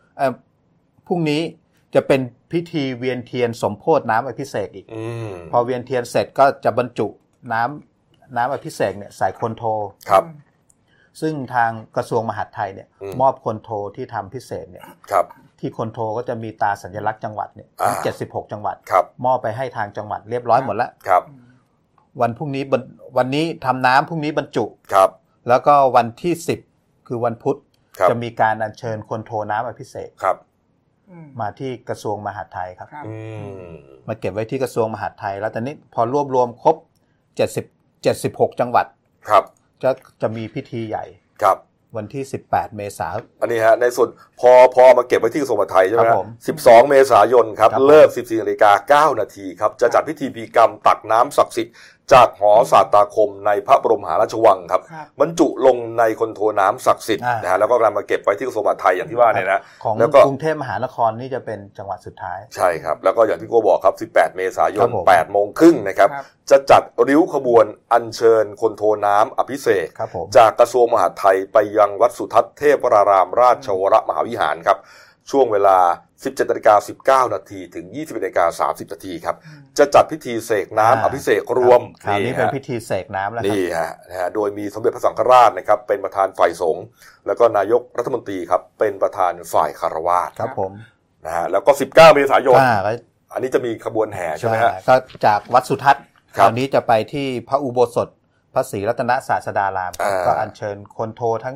9พรุ่งนี้จะเป็นพิธีเวียนเทียนสมโภชน้ำอภิเษกอีกพอเวียนเทียนเสร็จก็จะบรรจุน้ำอภิเษกเนี่ยใส่คนโทซึ่งทางกระทรวงมหาดไทยเนี่ยมอบคนโทที่ทำพิเศษเนี่ยที่คนโทก็จะมีตาสัญลักษณ์จังหวัดเนี่ยทั้ง76จังหวัดมอบไปให้ทางจังหวัดเรียบร้อยหมดแล้ววันพรุ่งนี้วันนี้ทำน้ำพรุ่งนี้บรรจุแล้วก็วันที่10คือวันพุธจะมีการอัญเชิญคนโทน้ำอภิเษกมาที่กระทรวงมหาดไทยครับมาเก็บไว้ที่กระทรวงมหาดไทยแล้วตอนนี้พอรวบรวมครบ76จังหวัดจะมีพิธีใหญ่วันที่18เมษายนอันนี้ฮะในส่วนพอมาเก็บไว้ที่กระทรวงมหาดไทยใช่ไหมครับ12เมษายนครับเลิก 14:09 นครับจะจัดพิธีพิธีกรรมตักน้ำศักดิ์สิทธิ์จากหอศาสตราคมในพระบรมมหาราชวังครับบรรจุลงในคนโทน้ำศักดิ์สิทธิ์นะฮะแล้วก็นำมาเก็บไว้ที่กระทรวงมหาดไทยอย่างที่ว่าเนี่ยนะของกรุงเทพมหานครนี่จะเป็นจังหวัดสุดท้ายใช่ครับแล้วก็อย่างที่โกบอกครับ18เมษายน 8:30 นนะครับจะจัดริ้วขบวนอัญเชิญคนโทน้ำอภิเษกจากกระทรวงมหาดไทยไปยังวัดสุทัศน์เทพวรารามราชวรมหาวิหารครับช่วงเวลา 17:19 นถึง 21:30 นครับจะจัดพิธีเสกน้ำอภิเษกรวมคราวนี้เป็นพิธีเสกน้ำแล้วนี่ฮะโดยมีสมเด็จพระสังฆราชนะครับเป็นประธานฝ่ายสงฆ์แล้วก็นายกรัฐมนตรีครับเป็นประธานฝ่ายคฤหัสถ์ครับผมนะฮะแล้วก็19เมษายนอันนี้จะมีขบวนแห่ใช่ไหมฮะก็จากวัดสุทัศน์คราวนี้จะไปที่พระอุโบสถพระศรีรัตนศาสดารามก็อัญเชิญคนโททั้ง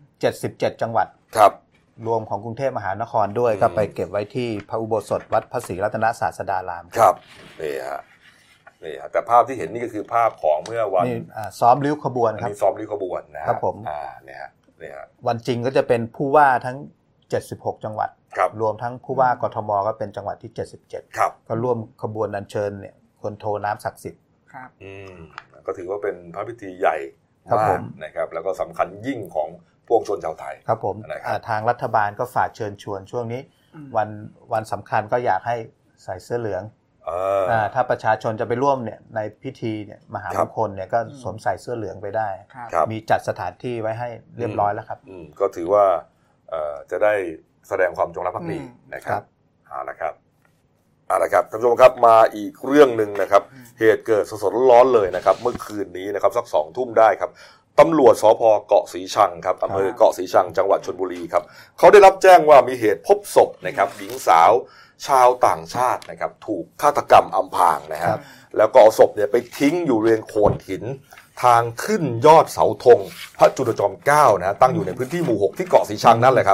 77จังหวัดครับรวมของกรุงเทพมหานครด้วยก็ไปเก็บไว้ที่พระอุโบสถวัดพระศรีรัตนศาสดารามครับนี่ฮะแต่ภาพที่เห็นนี่ก็คือภาพของเมื่อวันซ้อมริ้วขบวนครับซ้อมริ้วขบวนนะครับผมเนี่ยฮะวันจริงก็จะเป็นผู้ว่าทั้ง76จังหวัดรวมทั้งผู้ว่ากทมก็เป็นจังหวัดที่77 ครับก็ร่วมขบวนอัญเชิญเนี่ยคนโทน้ำศักดิ์สิทธิ์ครับก็ถือว่าเป็นพระพิธีใหญ่มากนะครับแล้วก็สำคัญยิ่งของพวกชนชาวไทยครับผมทางรัฐบาลก็ฝากเชิญชวนช่วงนี้วันสำคัญก็อยากให้ใส่เสื้อเหลืองถ้าประชาชนจะไปร่วมเนี่ยในพิธีเนี่ยมหามงคลเนี่ยก็สวมใส่เสื้อเหลืองไปได้มีจัดสถานที่ไว้ให้เรียบร้อยแล้วครับก็ถือว่าจะได้แสดงความจงรักภักดีนะครับเอาละครับท่านผู้ชมครับมาอีกเรื่องนึงนะครับเหตุเกิดสดๆร้อนๆเลยนะครับเมื่อคืนนี้นะครับสัก 20:00 นได้ครับตำรวจสภ.เกาะศรีชังครับอำเภอเกาะศรีชังจังหวัดชลบุรีครับเขาได้รับแจ้งว่ามีเหตุพบศพนะครับหญิงสาวชาวต่างชาตินะครับถูกฆาตกรรมอำพรางนะครับแล้วก็เอาศพเนี่ยไปทิ้งอยู่บริเวณโขดหินทางขึ้นยอดเสาธงพระจุลจอมเกล้านะตั้งอยู่ในพื้นที่หมู่ 6ที่เกาะศรีชังนั่นแหละครับ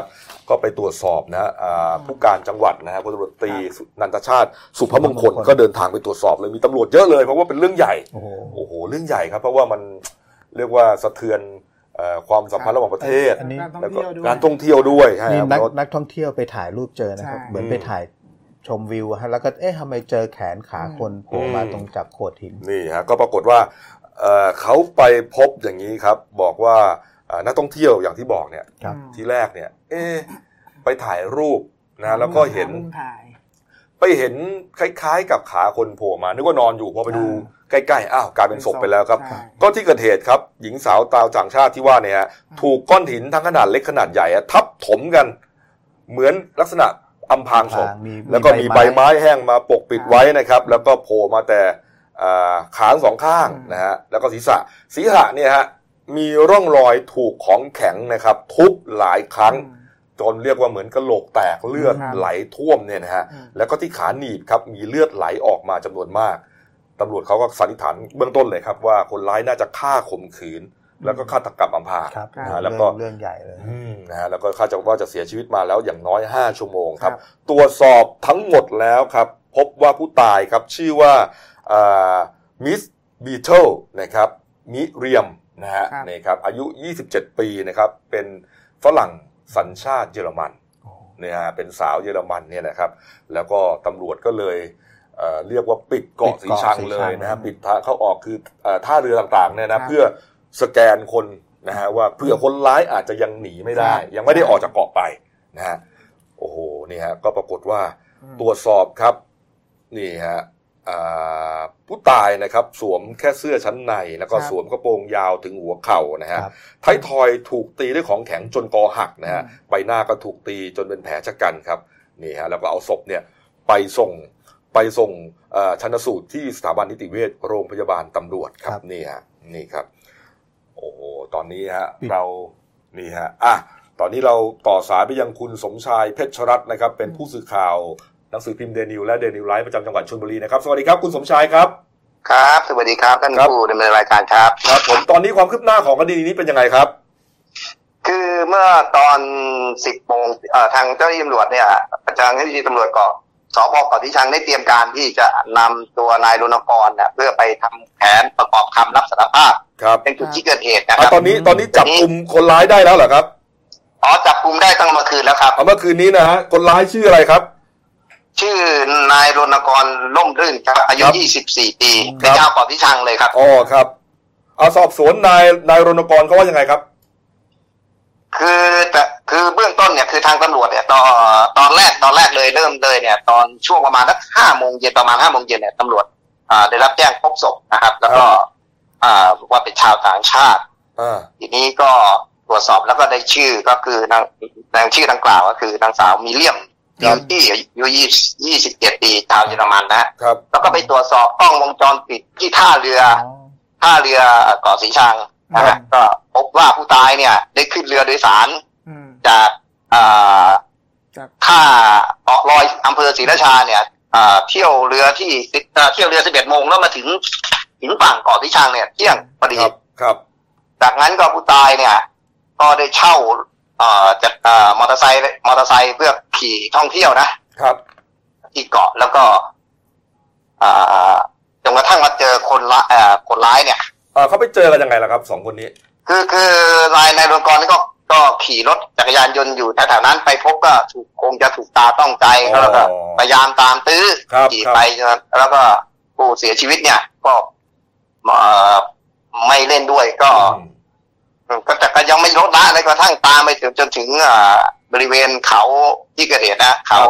ก็ไปตรวจสอบนะผู้การจังหวัดนะฮะพลตำรวจตรีนันทชาติสุภมงคลก็เดินทางไปตรวจสอบเลยมีตำรวจเยอะเลยเพราะว่าเป็นเรื่องใหญ่โอ้โหเรื่องใหญ่ครับเพราะว่ามันเรียกว่าสะเทือนความสัมพันธ์ระหว่างประเทศแล้วก็การท่องเที่ยวด้วยนี่นักท่องเที่ยวไปถ่ายรูปเจอนะครับเหมือนไปถ่ายชมวิวฮะแล้วก็ทำไมเจอแขนขาคนโผล่มาตรงจากโขดหินนี่ฮะก็ปรากฏว่าเขาไปพบอย่างนี้ครับบอกว่านักท่องเที่ยวอย่างที่บอกเนี่ยที่แรกเนี่ยไปถ่ายรูปนะแล้วก็เห็นไปเห็นคล้ายๆกับขาคนโผล่มานึกว่านอนอยู่พอไปดูใกล้ๆอ้าวกลายเป็นศพไปแล้วครับก็ที่เกิดเหตุครับหญิงสาวชาวต่างชาติที่ว่าเนี่ยถูกก้อนหินทั้งขนาดเล็กขนาดใหญ่ทับถมกันเหมือนลักษณะอำพรางศพแล้วก็มีใบไม้แห้งมาปกปิดไว้นะครับแล้วก็โผล่มาแต่ขาสองข้างนะฮะแล้วก็ศีรษะเนี่ยฮะมีร่องรอยถูกของแข็งนะครับทุบหลายครั้งจนเรียกว่าเหมือนกะโหลกแตกเลือดไหลท่วมเนี่ยนะฮะแล้วก็ที่ขาหนีบครับมีเลือดไหลออกมาจำนวนมากตำรวจเขาก็สันนิษฐานเบื้องต้นเลยครับว่าคนร้ายน่าจะฆ่าข่มขืนแล้วก็ฆาตกรรมอำพรางแล้วก็เรื่องใหญ่เลยนะฮะแล้วก็คาดว่าจะเสียชีวิตมาแล้วอย่างน้อย5ชั่วโมงครับตรวจสอบทั้งหมดแล้วครับพบว่าผู้ตายครับชื่อว่ามิสบีเทิลนะครับมิเรียมนะฮะนี่ครับอายุ27ปีนะครับเป็นฝรั่งสัญชาติเยอรมันเนี่ยฮะเป็นสาวเยอรมันเนี่ยนะครับแล้วก็ตำรวจก็เลยเรียกว่าปิดเกาะสีชังเลยนะฮะปิดทางเข้าออกคือท่าเรือต่างๆเนี่ยนะเพื่อสแกนคนนะฮะว่าเผื่อคนร้ายอาจจะยังหนีไม่ได้ยังไม่ได้ออกจากเกาะไปนะฮะโอ้โหนี่ฮะก็ปรากฏว่าตรวจสอบครับนี่ฮะผู้ตายนะครับสวมแค่เสื้อชั้นในแล้วก็สวมกระโปรงยาวถึงหัวเข่านะฮะท้ายทอยถูกตีด้วยของแข็งจนคอหักนะฮะใบหน้าก็ถูกตีจนเป็นแผลชะกันครับนี่ฮะแล้วก็เอาศพเนี่ยไปส่งชันสูตรที่สถาบันนิติเวชโรงพยาบาลตำรวจครับนี่ฮะนี่ครับโอ้โหตอนนี้ฮะเรานี่ฮะตอนนี้เราต่อสายไปยังคุณสมชายเพชรรัตน์นะครับเป็นผู้สื่อข่าวหนังสือพิมพ์เดนิวและเดนิวไลฟ์ประจำจังหวัดชลบุรีนะครับสวัสดีครับคุณสมชายครับครับสวัสดีครับท่านผู้ดำเนินรายการครับครับผมตอนนี้ความคืบหน้าของคดีนี้เป็นยังไงครับคือเมื่อตอน 10 โมงทางเจ้าหน้าที่ตำรวจเนี่ยทางเจ้าหน้าที่ตำรวจก็สพ.เกาะสีชังได้เตรียมการที่จะนำตัวนายรณกรเพื่อไปทำแผนประกอบคำรับสารภาพเป็นจุดที่เกิดเหตุนะครับตอนนี้จับกุมคนร้ายได้แล้วเหรอครับจับกุมได้ตั้งเมื่อคืนแล้วครับเมื่อคืนนี้นะฮะคนร้ายชื่ออะไรครับชื่อนายรณกรล่มรื่นครับอายุ24ปีเป็นชาวเกาะสีชังเลยครับครับสอบสวนนายรณกรเขาว่ายังไงครับคือเบื้องต้นเนี่ยคือทางตำรวจเนี่ยตอนแรกเลยเริ่มเลยเนี่ยตอนช่วงประมาณสัก5 โมงเย็นประมาณ5 โมงเย็นเนี่ยตำรวจได้รับแจ้งพบศพนะครับแล้วก็ว่าเป็นชาวต่างชาติทีนี้ก็ตรวจสอบแล้วก็ได้ชื่อก็คือนางชื่อดังกล่าวก็คือนางสาวมิเลียมที่อายุ27 ปีชาวเยอรมันนะครับแล้วก็ไปตรวจสอบกล้องวงจรปิดที่ท่าเรือเกาะสีชังนะฮะก็พบว่าผู้ตายเนี่ยได้ขึ้นเรือโดยสารจากท่าเกาะลอยอำเภอศรีราชาเนี่ยเที่ยวเรือ11 โมงแล้วมาถึงฝั่งเกาะสีชังเนี่ยเที่ยงพอดีครับจากนั้นก็ผู้ตายเนี่ยก็ได้เช่าจากมอเตอร์ไซค์เพื่อขี่ท่องเที่ยวนะครับที่เกาะแล้วก็จนกระทั่งมาเจอคนร้ายเนี่ยเขาไปเจอกันยังไงล่ะครับ2 คนนี้คือนายรณกรนี่ก็ขี่รถจักรยานยนต์อยู่แถวๆนั้นไปพบก็คงจะถูกตาต้องใจแล้วก็พยายามตามตื้อขี่ไปแล้วก็ผู้เสียชีวิตเนี่ยก็ไม่เล่นด้วยก็ยังไม่ลดละเลยกระทั่งตามไปจนถึงบริเวณเขาที่เกิดเหตุนะเขา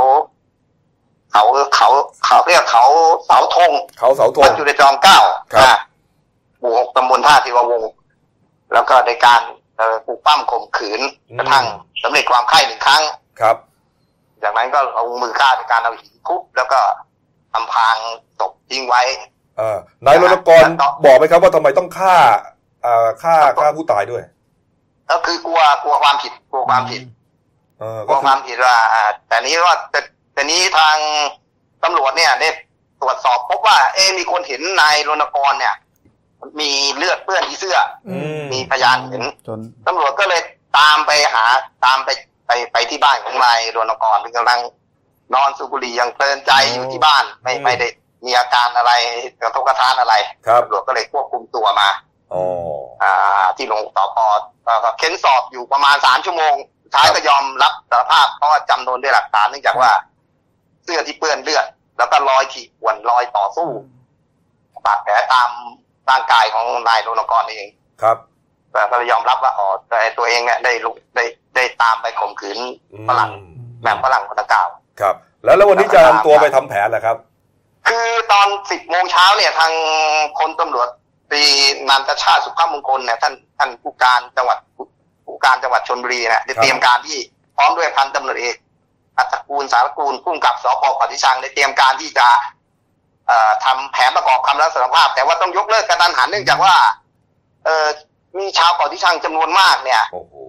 เรียกเขาเสาธงวัดจุฬาจอมเกล้าหมู่ 6 ตำบลท่าทิววงศ์แล้วก็ในการปลุกปั้มข่มขืนกระทั่งสำเร็จความใคร่1 ครั้งครับจากนั้นก็เอามือฆ่าในการเอาหินทุบแล้วก็อำพรางศพทิ้งไว้นายรณกรบอกไหมครับว่าทำไมต้องฆ่าผู้ตายด้วยก็คือกลัวความผิดกลัวความผิดว่าแต่นี้ทางตำรวจเนี่ยได้ตรวจสอบพบว่ามีคนเห็นนายรณกรเนี่ยมีเลือดเปื้อนที่เสื้อมีพยานเห็นตำรวจก็เลยตามไปไปที่บ้านของนายรณกรที่กำลังนอนสูบบุหรี่อย่างเพลินใจอยู่ที่บ้านไม่ได้มีอาการอะไรกระทบกระทั่งอะไรตำรวจก็เลยควบคุมตัวมาที่โรงสป.เค้นสอบอยู่ประมาณ3 ชั่วโมงสุดท้ายก็ยอมรับสารภาพเพราะจำนวนด้วยหลักฐานเนื่องจากว่าเสื้อที่เปื้อนเลือดแล้วก็รอยขีดข่วนรอยต่อสู้บาดแผลตามร่างกายของนายรณกรเองครับแต่ก็ยอมรับว่าแต่ตัวเองเนี่ยได้ตามไปข่มขืนฝรั่งแบบฝรั่งคนดังกล่าวครับแล้ววันนี้จะนำตัวไปทำแผนเหรอครับคือตอน10 โมงเช้าเนี่ยทางพลตำรวจตรีนันทชาติสุภาพมงคลเนี่ยท่านผู้การจังหวัดชลบุรีเนี่ยได้เตรียมการที่พร้อมด้วยพันตำรวจเอกอัตกูลสารกูลผู้กำกับสพ.เกาะที่ชังได้เตรียมการที่จะทำแผนประกอบคำรับสารภาพแต่ว่าต้องยกเลิกกระทันหันเนื่องจากว่ามีชาวเกาะที่ชังจำนวนมากเนี่ย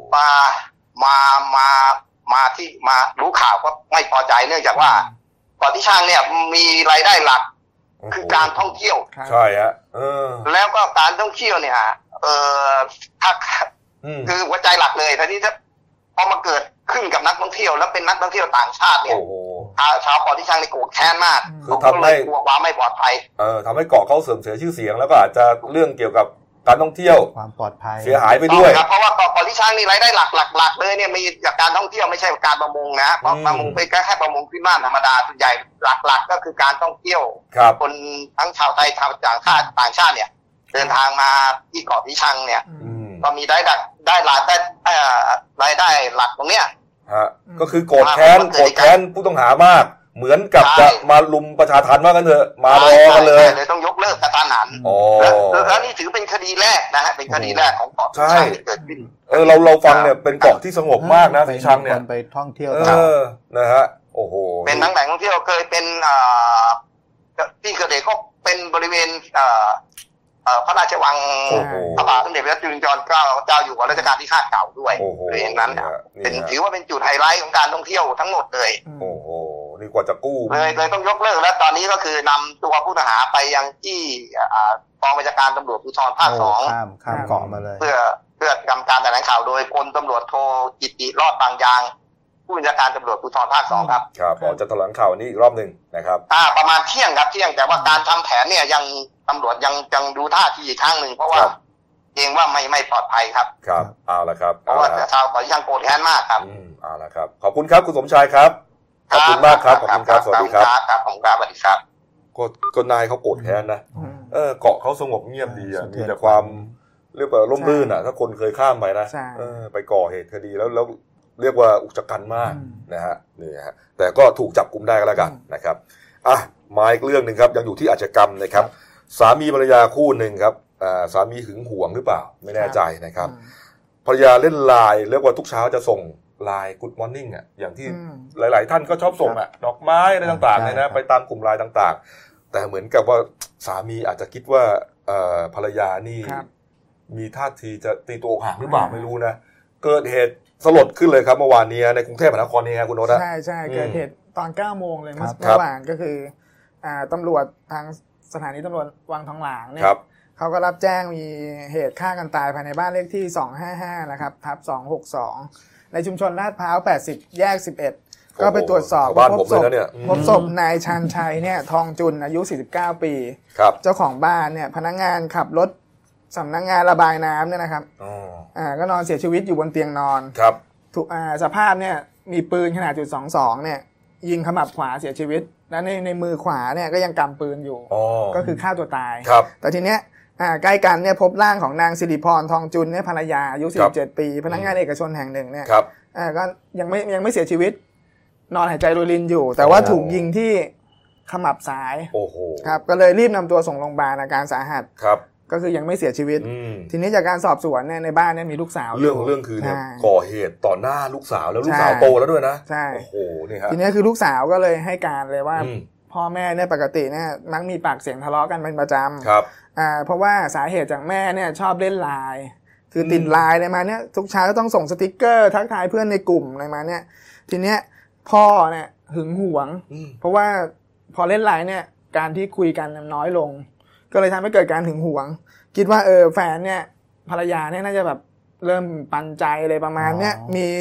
มารู้ข่าวก็ไม่พอใจเนื่องจากว่าเกาะที่ชังเนี่ยมีรายได้หลักคือการท่องเที่ยวใช่ฮะแล้วก็การท่องเที่ยวเนี่ยถ้าคือหัวใจหลักเลยทีนี้ถ้าพอมาเกิดขึ้นกับนักท่องเที่ยวแล้วเป็นนักท่องเที่ยวต่างชาติเนี่ยชาวเกาะที่ชังในโกรธแค้นมากคือทำให้กลัวความไม่ปลอดภัยทำให้เกาะเขาเสื่อมเสียชื่อเสียงแล้วก็อาจจะเรื่องเกี่ยวกับการท่องเที่ยวความปลอดภัยเสียหายไปด้วยเพราะว่าเกาะที่ชังนี่รายได้หลักเลยเนี่ยมีจากการท่องเที่ยวไม่ใช่การประมงนะเพราะประมงเป็นแค่ประมงพื้นบ้านธรรมดาส่วนใหญ่หลักก็คือการท่องเที่ยวคนทั้งชาวไทยชาวต่างชาติเนี่ยเดินทางมาที่เกาะที่ชังเนี่ยก็มีรายได้หลักรายได้หลักตรงเนี้ยก็คือโกรธแค้นผู้ต้องหามากเหมือนกับจะมาลุมประชาทัณฑ์ว่ากันเถอะมารอกันเลยต้องยกเลิกกระทันหันแล้วนี่ถือเป็นคดีแรกนะฮะเป็นคดีแรกของเกาะที่เกิดขึ้นเราฟังเนี่ยเป็นเกาะที่สงบมากนะสีชังเนี่ยไปท่องเที่ยวนะฮะโอ้โหเป็นทั้งแหล่งท่องเที่ยวเคยเป็นที่เกิดเหตุก็เป็นบริเวณพระราชวังพระบาทสมเด็จพระจุลจอมเกล้าเจ้าอยู่หัวรัชกาลที่5เก่าด้วยบริเวณนั้นเป็นถือว่าเป็นจุดไฮไลท์ของการท่องเที่ยวทั้งหมดเลยโอ้โหนี่กว่าจะกู้เลยต้องยกเลิกแล้วตอนนี้ก็คือนำตัวผู้ต้องหาไปยังที่กองบัญชาการตำรวจภูธรภาค2 ข้ามเกาะมาเลยเพื่อทำการแถลงข่าวโดยพลตำรวจโทกิติรอดบางยางผู้บัญชาการตำรวจภูธรภาค2ครับจะแถลงข่าวนี้อีกรอบนึงนะครับประมาณเที่ยงครับเที่ยงแต่ว่าการทำแผนเนี่ยยังตำรวจยังดูท่าทีอีกครั้งหนึ่งเพราะว่าเองว่าไม่ปลอดภัยครับครับเอาละครับเพราะว่าชาวเกาะที่ชังโกรธแค้นมากครับเอาละครับขอบคุณครับคุณสมชายครับขอบคุณมากครับขอบคุณครับสวัสดีครับครับผมครับสวัสดีครับก็นายเขาโกรธแค้นนะเกาะเขาสงบเงียบดีอ่ะมีแต่ความเรียกว่าร่มรื่นอ่ะถ้าคนเคยข้ามไปนะไปก่อเหตุคดีแล้วเรียกว่าอุกชะกันมากนะฮะนี่ฮะแต่ก็ถูกจับกุมได้ก็แล้วกันนะครับมาอีกเรื่องนึงครับยังอยู่ที่อาชญากรรมนะครับสามีภรรยาคู่หนึ่งครับสามีหึงหวงหรือเปล่าไม่แน่ใจนะครับภรรยาเล่นไลน์เรียกว่าทุกเช้าจะส่งไลน์ Good Morning อ่ะอย่างที่หลายๆท่านก็ชอบส่งอ่ะดอกไม้อะไรต่างๆเนี่ยนะไปตามกลุ่มไลน์ต่างๆแต่เหมือนกับว่าสามีอาจจะคิดว่าภรรยานี่มีท่าทีจะตีตัวห่างหรือเปล่าไม่รู้นะเกิดเหตุสลดขึ้นเลยครับเมื่อวานนี้ในกรุงเทพมหานครนี่ครับคุณโนตใช่เกิดเหตุตอน 9 โมงเลยเมื่อวานก็คือตำรวจทางสถานีตำรวจวังทองหลางเนี่ยเขาก็รับแจ้งมีเหตุฆ่ากันตายภายในบ้านเลขที่255นะครับทับ262ในชุมชนลาดพร้าว80แยก11ก็ไปตรวจสอบพบศพนายชันชัยเนี่ยทองจุนอายุ49ปีเจ้าของบ้านเนี่ยพนักงานขับรถสำนักงานระบายน้ำเนี่ยนะครับก็นอนเสียชีวิตอยู่บนเตียงนอนถูกสภาพเนี่ยมีปืนขนาด.22เนี่ยยิงขมับขวาเสียชีวิตแล้วในมือขวาเนี่ยก็ยังกำปืนอยู่ก็คือฆ่าตัวตายแต่ทีเนี้ยใกล้กันเนี่ยพบร่างของนางสิริพรทองจุนเนี่ยภรรยาอายุ47ปีพนักงานเอกชนแห่งหนึ่งเนี่ยก็ยังไม่เสียชีวิตนอนหายใจรวยรินอยู่แต่ว่าถูกยิงที่ขมับซ้ายครับก็เลยรีบนำตัวส่งโรงพยาบาลอาการสาหัสก็คือยังไม่เสียชีวิตทีนี้จากการสอบสวนเนี่ยในบ้านเนี่ยมีลูกสาวเรื่องคือเนี่ยก่อเหตุต่อหน้าลูกสาวแล้วลูกสาวโตแล้วด้วยนะใช่โอ้โหนี่ครับทีนี้คือลูกสาวก็เลยให้การเลยว่าพ่อแม่เนี่ยปกติเนี่ยมักมีปากเสียงทะเลาะกันเป็นประจำครับเพราะว่าสาเหตุจากแม่เนี่ยชอบเล่นไลน์คือติดไลน์อะไรมาเนี่ยทุกเช้าก็ต้องส่งสติกเกอร์ทักทายเพื่อนในกลุ่มอะไรมาเนี่ยทีเนี้ยพ่อเนี่ยหึงหวงเพราะว่าพอเล่นไลน์เนี่ยการที่คุยกันน้อยลงก็เลยทำให้เกิดการหึงหวงคิดว่าแฟนเนี่ยภรรยาเนี่ยน่าจะแบบเริ่มปันใจอะไรประมาณเนี้ยมี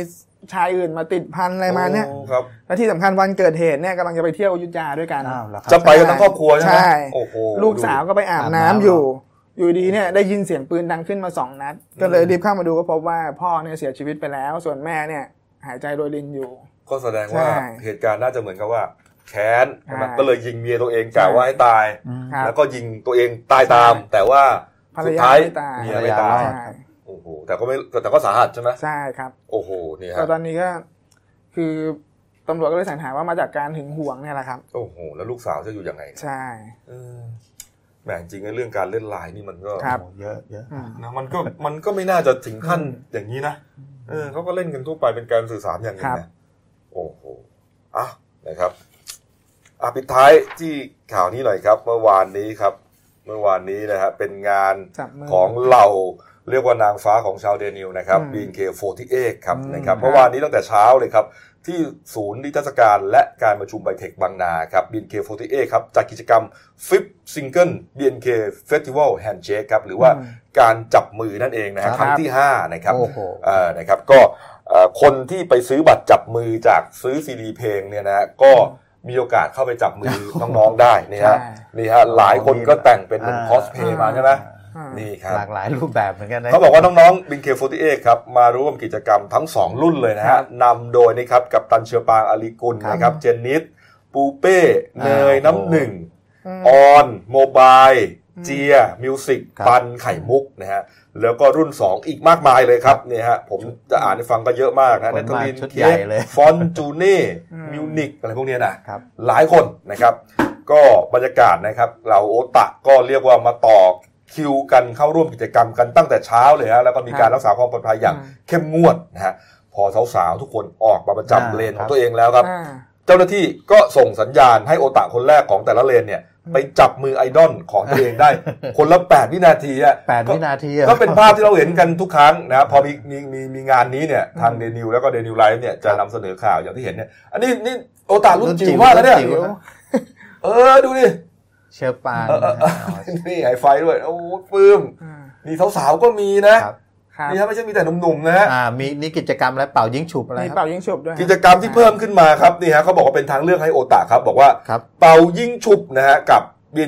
ชายอื่นมาติดพันอะไรมาเนี่ยและที่สำคัญวันเกิดเหตุเนี่ยกำลังจะไปเที่ยวอยุธยาด้วยกันจะไปกันทั้งครอบครัวใช่ไหมโอ้โหลูกสาวก็ไปอาบน้ำอยู่ดีเนี่ยได้ยินเสียงปืนดังขึ้นมา2 นัดก็เลยรีบเข้ามาดูก็พบว่าพ่อเนี่ยเสียชีวิตไปแล้วส่วนแม่เนี่ยหายใจโรยรินอยู่ก็แสดงว่าเหตุการณ์น่าจะเหมือนกับว่าแค้นก็เลยยิงเมียตัวเองกะว่าให้ตายแล้วก็ยิงตัวเองตายตามแต่ว่าสุดท้ายเมียไม่ตายโอ้โหแต่ก็สาหัสใช่ไหมใช่ครับโอ้โหนี่ครับตอนนี้ก็คือตำรวจก็เลยสันนิษฐานว่ามาจากการหึงหวงเนี่ยแหละครับโอ้โหแล้วลูกสาวจะอยู่ยังไงใช่แหมจริงๆเรื่องการเล่นไลน์นี่มันก็เยอะนะมันก็ไม่น่าจะถึงขั้นอย่างนี้นะเขาก็เล่นกันทั่วไปเป็นการสื่อสารอย่างนี้นะโอ้โหนะครับปิดท้ายที่ข่าวนี้หน่อยครับเมื่อวานนี้นะฮะเป็นงานของเหล่าเรียกว่านางฟ้าของชาวเดนิลนะครับ BNK48 ครับนะครับเมื่อวานนี้ตั้งแต่เช้าเลยครับที่ศูนย์นิทรรศการและการประชุมไบเทคบางนาครับ BNK48 ครับจัดกิจกรรม Fifth Single BNK Festival Handshake ครับหรือว่าการจับมือนั่นเองนะฮะครั้งที่5นะครับนะครับก็คนที่ไปซื้อบัตรจับมือจากซื้อซีดีเพลงเนี่ยนะก็มีโอกาสเข้าไปจับมือน้องๆได้นี่ฮะหลายคนก็แต่งเป็นคอสเพลย์มาใช่ไหมนี่ครับหลากหลายรูปแบบเหมือนกันนะเขาบอกว่าน้องๆ BNK48 ครับมาร่วมกิจกรรมทั้ง2รุ่นเลยนะฮะนำโดยนี่ครับกัปตันเชือปางอาลีกุลนะครับเจนนิสปูเป้เนยน้ำหนึ่งออนโมบายเจียมิวสิกปันไข่มุกนะฮะแล้วก็รุ่น2อีกมากมายเลยครับเนี่ยฮะผมจะอ่านให้ฟังก็เยอะมากนะเนทลินเค้กฟอนจูเน่มิวนิกอะไรพวกนี้นะหลายคนนะครับก็บรรยากาศนะครับเหล่าโอตะก็เรียกว่ามาต่อคิวกันเข้าร่วมกิจกรรมกันตั้งแต่เช้าเลยฮะแล้วก็มีการรักษาความปลอดภัยอย่างเข้มงวดนะฮะพอสาวๆทุกคนออกมาประจำเลนของตัวเองแล้วครับเจ้าหน้าที่ก็ส่งสัญญาณให้โอตะคนแรกของแต่ละเลนเนี่ยไปจับมือไอดอลของตัวเองได้คนละ8 วินาทีอ่ะ 8 วินาทีก็เป็นภาพที่เราเห็นกันทุกครั้งนะพอมีงานนี้เนี่ยทางเดนิวแล้วก็เดนิวไลฟ์เนี่ยจะนำเสนอข่าวอย่างที่เห็นเนี่ยอันนี้นี่โอตะรุ่นจิ๋วมากแล้วเนี่ยดูดิเชือปางนี่ไฮไฟด้วยโอ้ปื้มนี่สาวๆก็มีนะนี่ฮะไม่ใช่มีแต่หนุ่มๆนะมีนี่กิจกรรมและเป่ายิงฉุบอะไรครับเป่ายิงฉุบด้วยกิจกรรมที่เพิ่มขึ้นมาครับนี่ฮะเขาบอกว่าเป็นทางเลือกให้โอตะครับบอกว่าเป่ายิงฉุบนะฮะกับ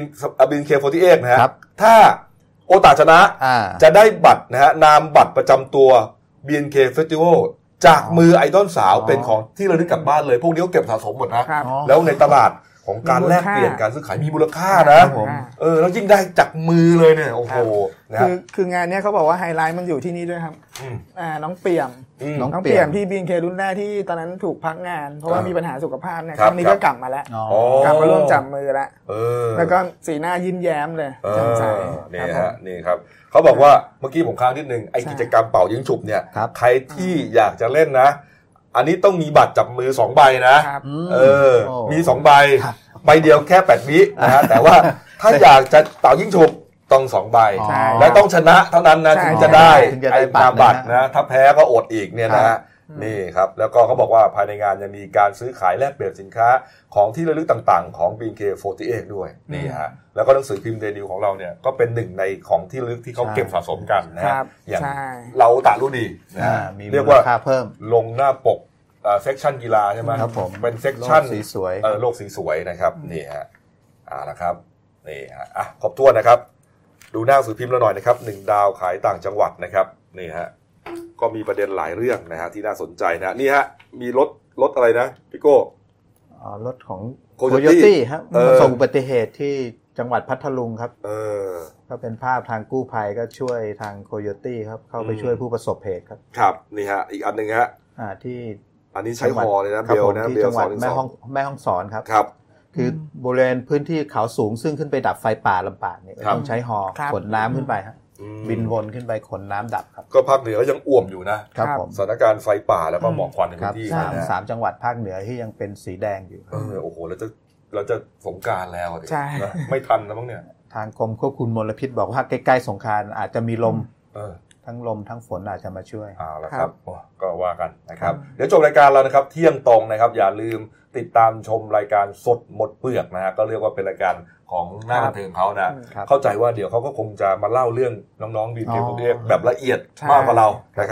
BNK48นะฮะถ้าโอตะชนะจะได้บัตรนะฮะนามบัตรประจำตัว BNK Festival จากมือไอดอลสาวเป็นของที่ระลึกกลับบ้านเลยพวกนี้ก็เก็บสะสมหมดนะแล้วในตลาดของการแลกเปลี่ยนการซื้อขายมีมูลค่านะแล้วยิ่งได้จากมือเลยเนี่ยโอ้โหคืองานนี้เขาบอกว่าไฮไลท์มันอยู่ที่นี่ด้วยครับน้องเปี่ยมที่ BNK รุ่นแรกที่ตอนนั้นถูกพักงานเพราะว่ามีปัญหาสุขภาพเนี่ยครั้งนี้ก็กลับมาแล้วกลับมาร่วมจับมือแล้วก็สีหน้ายิ้มแย้มเลยแจ่มใสนี่ครับเขาบอกว่าเมื่อกี้ผมค้างนิดนึงไอ้กิจกรรมเป่ายิงฉุบเนี่ยใครที่อยากจะเล่นนะอันนี้ต้องมีบัตรจับมือ2ใบนะมี2ใบใบเดียวแค่8 วินะฮะแต่ว่าถ้าอยากจะเป่ายิงฉุบต้อง2ใบและต้องชนะเท่านั้นนะถึงจะได้ไอ้บัตรนะถ้าแพ้ก็อดอีกเนี่ยนะฮะนี่ครับแล้วก็เขาบอกว่าภายในงานยังมีการซื้อขายแลกเปลี่ยนสินค้าของที่ระลึกต่างๆของ BNK48 ด้วยนี่ฮะแล้วก็หนังสือพิมพ์เดนิวของเราเนี่ยก็เป็นหนึ่งในของที่ระลึกที่เขาเก็บสะสมกันนะอย่างเราตะรู้ดีนะเรียกว่าเพิ่มลงหน้าปกเซกชันกีฬาใช่ไหมครับผมเป็นเซกชันสีสวยโลกสีสวยนะครับนี่ฮะนะครับนี่ฮะครบถ้วนนะครับดูหน้าหนังสือพิมพ์เราหน่อยนะครับ1 ดาวขายต่างจังหวัดนะครับนี่ฮะก็มีประเด็นหลายเรื่องนะฮะที่น่าสนใจนะนี่ฮะมีรถอะไรนะพี่โก้รถของโคโยตี้ครับประสบอุบัติเหตุที่จังหวัดพัทลุงครับก็เป็นภาพทางกู้ภัยก็ช่วยทางโคโยตี้ครับเข้าไปช่วยผู้ประสบเหตุครับครับนี่ฮะอีกอันนึงฮะที่อันนี้ใช้ฮอเลยนะเบลนะเบล2แม่ห้องสอนครับครับคือบริเวณพื้นที่เขาสูงซึ่งขึ้นไปดับไฟป่าลำปางเนี่ยต้องใช้ฮอขนน้ำขึ้นไปครับบินวนขึ้นไปขนน้ำดับครับก็ภาคเหนือยังอ่วมอยู่นะครับสถานการณ์ไฟป่าแล้วก็หมอกควันในพื้นที่นะ3 จังหวัดภาคเหนือที่ยังเป็นสีแดงอยู่โอ้โหเราจะสงกรานต์แล้วไม่ทันนะมั้งเนี่ยทางกรมควบคุมมลพิษบอกว่าใกล้ๆสงกรานต์อาจจะมีลมทั้งลมทั้งฝนอาจจะมาช่วยละครับก็ว่ากันนะครับเดี๋ยวจบรายการเรานะครับเที่ยงตรงนะครับอย่าลืมติดตามชมรายการสดหมดเปลือกนะฮะก็เรียกว่าเป็นรายการของหน้าบันเทิงเขานะเข้าใจว่าเดี๋ยวเขาก็คงจะมาเล่าเรื่องน้องๆBNK48แบบละเอียดมากกว่าเรานะครับ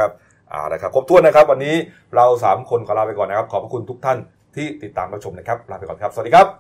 นะครับครบถ้วนนะครับวันนี้เรา3คนขอลาไปก่อนนะครับขอบพระคุณทุกท่านที่ติดตามรับชมนะครับลาไปก่อนครับสวัสดีครับ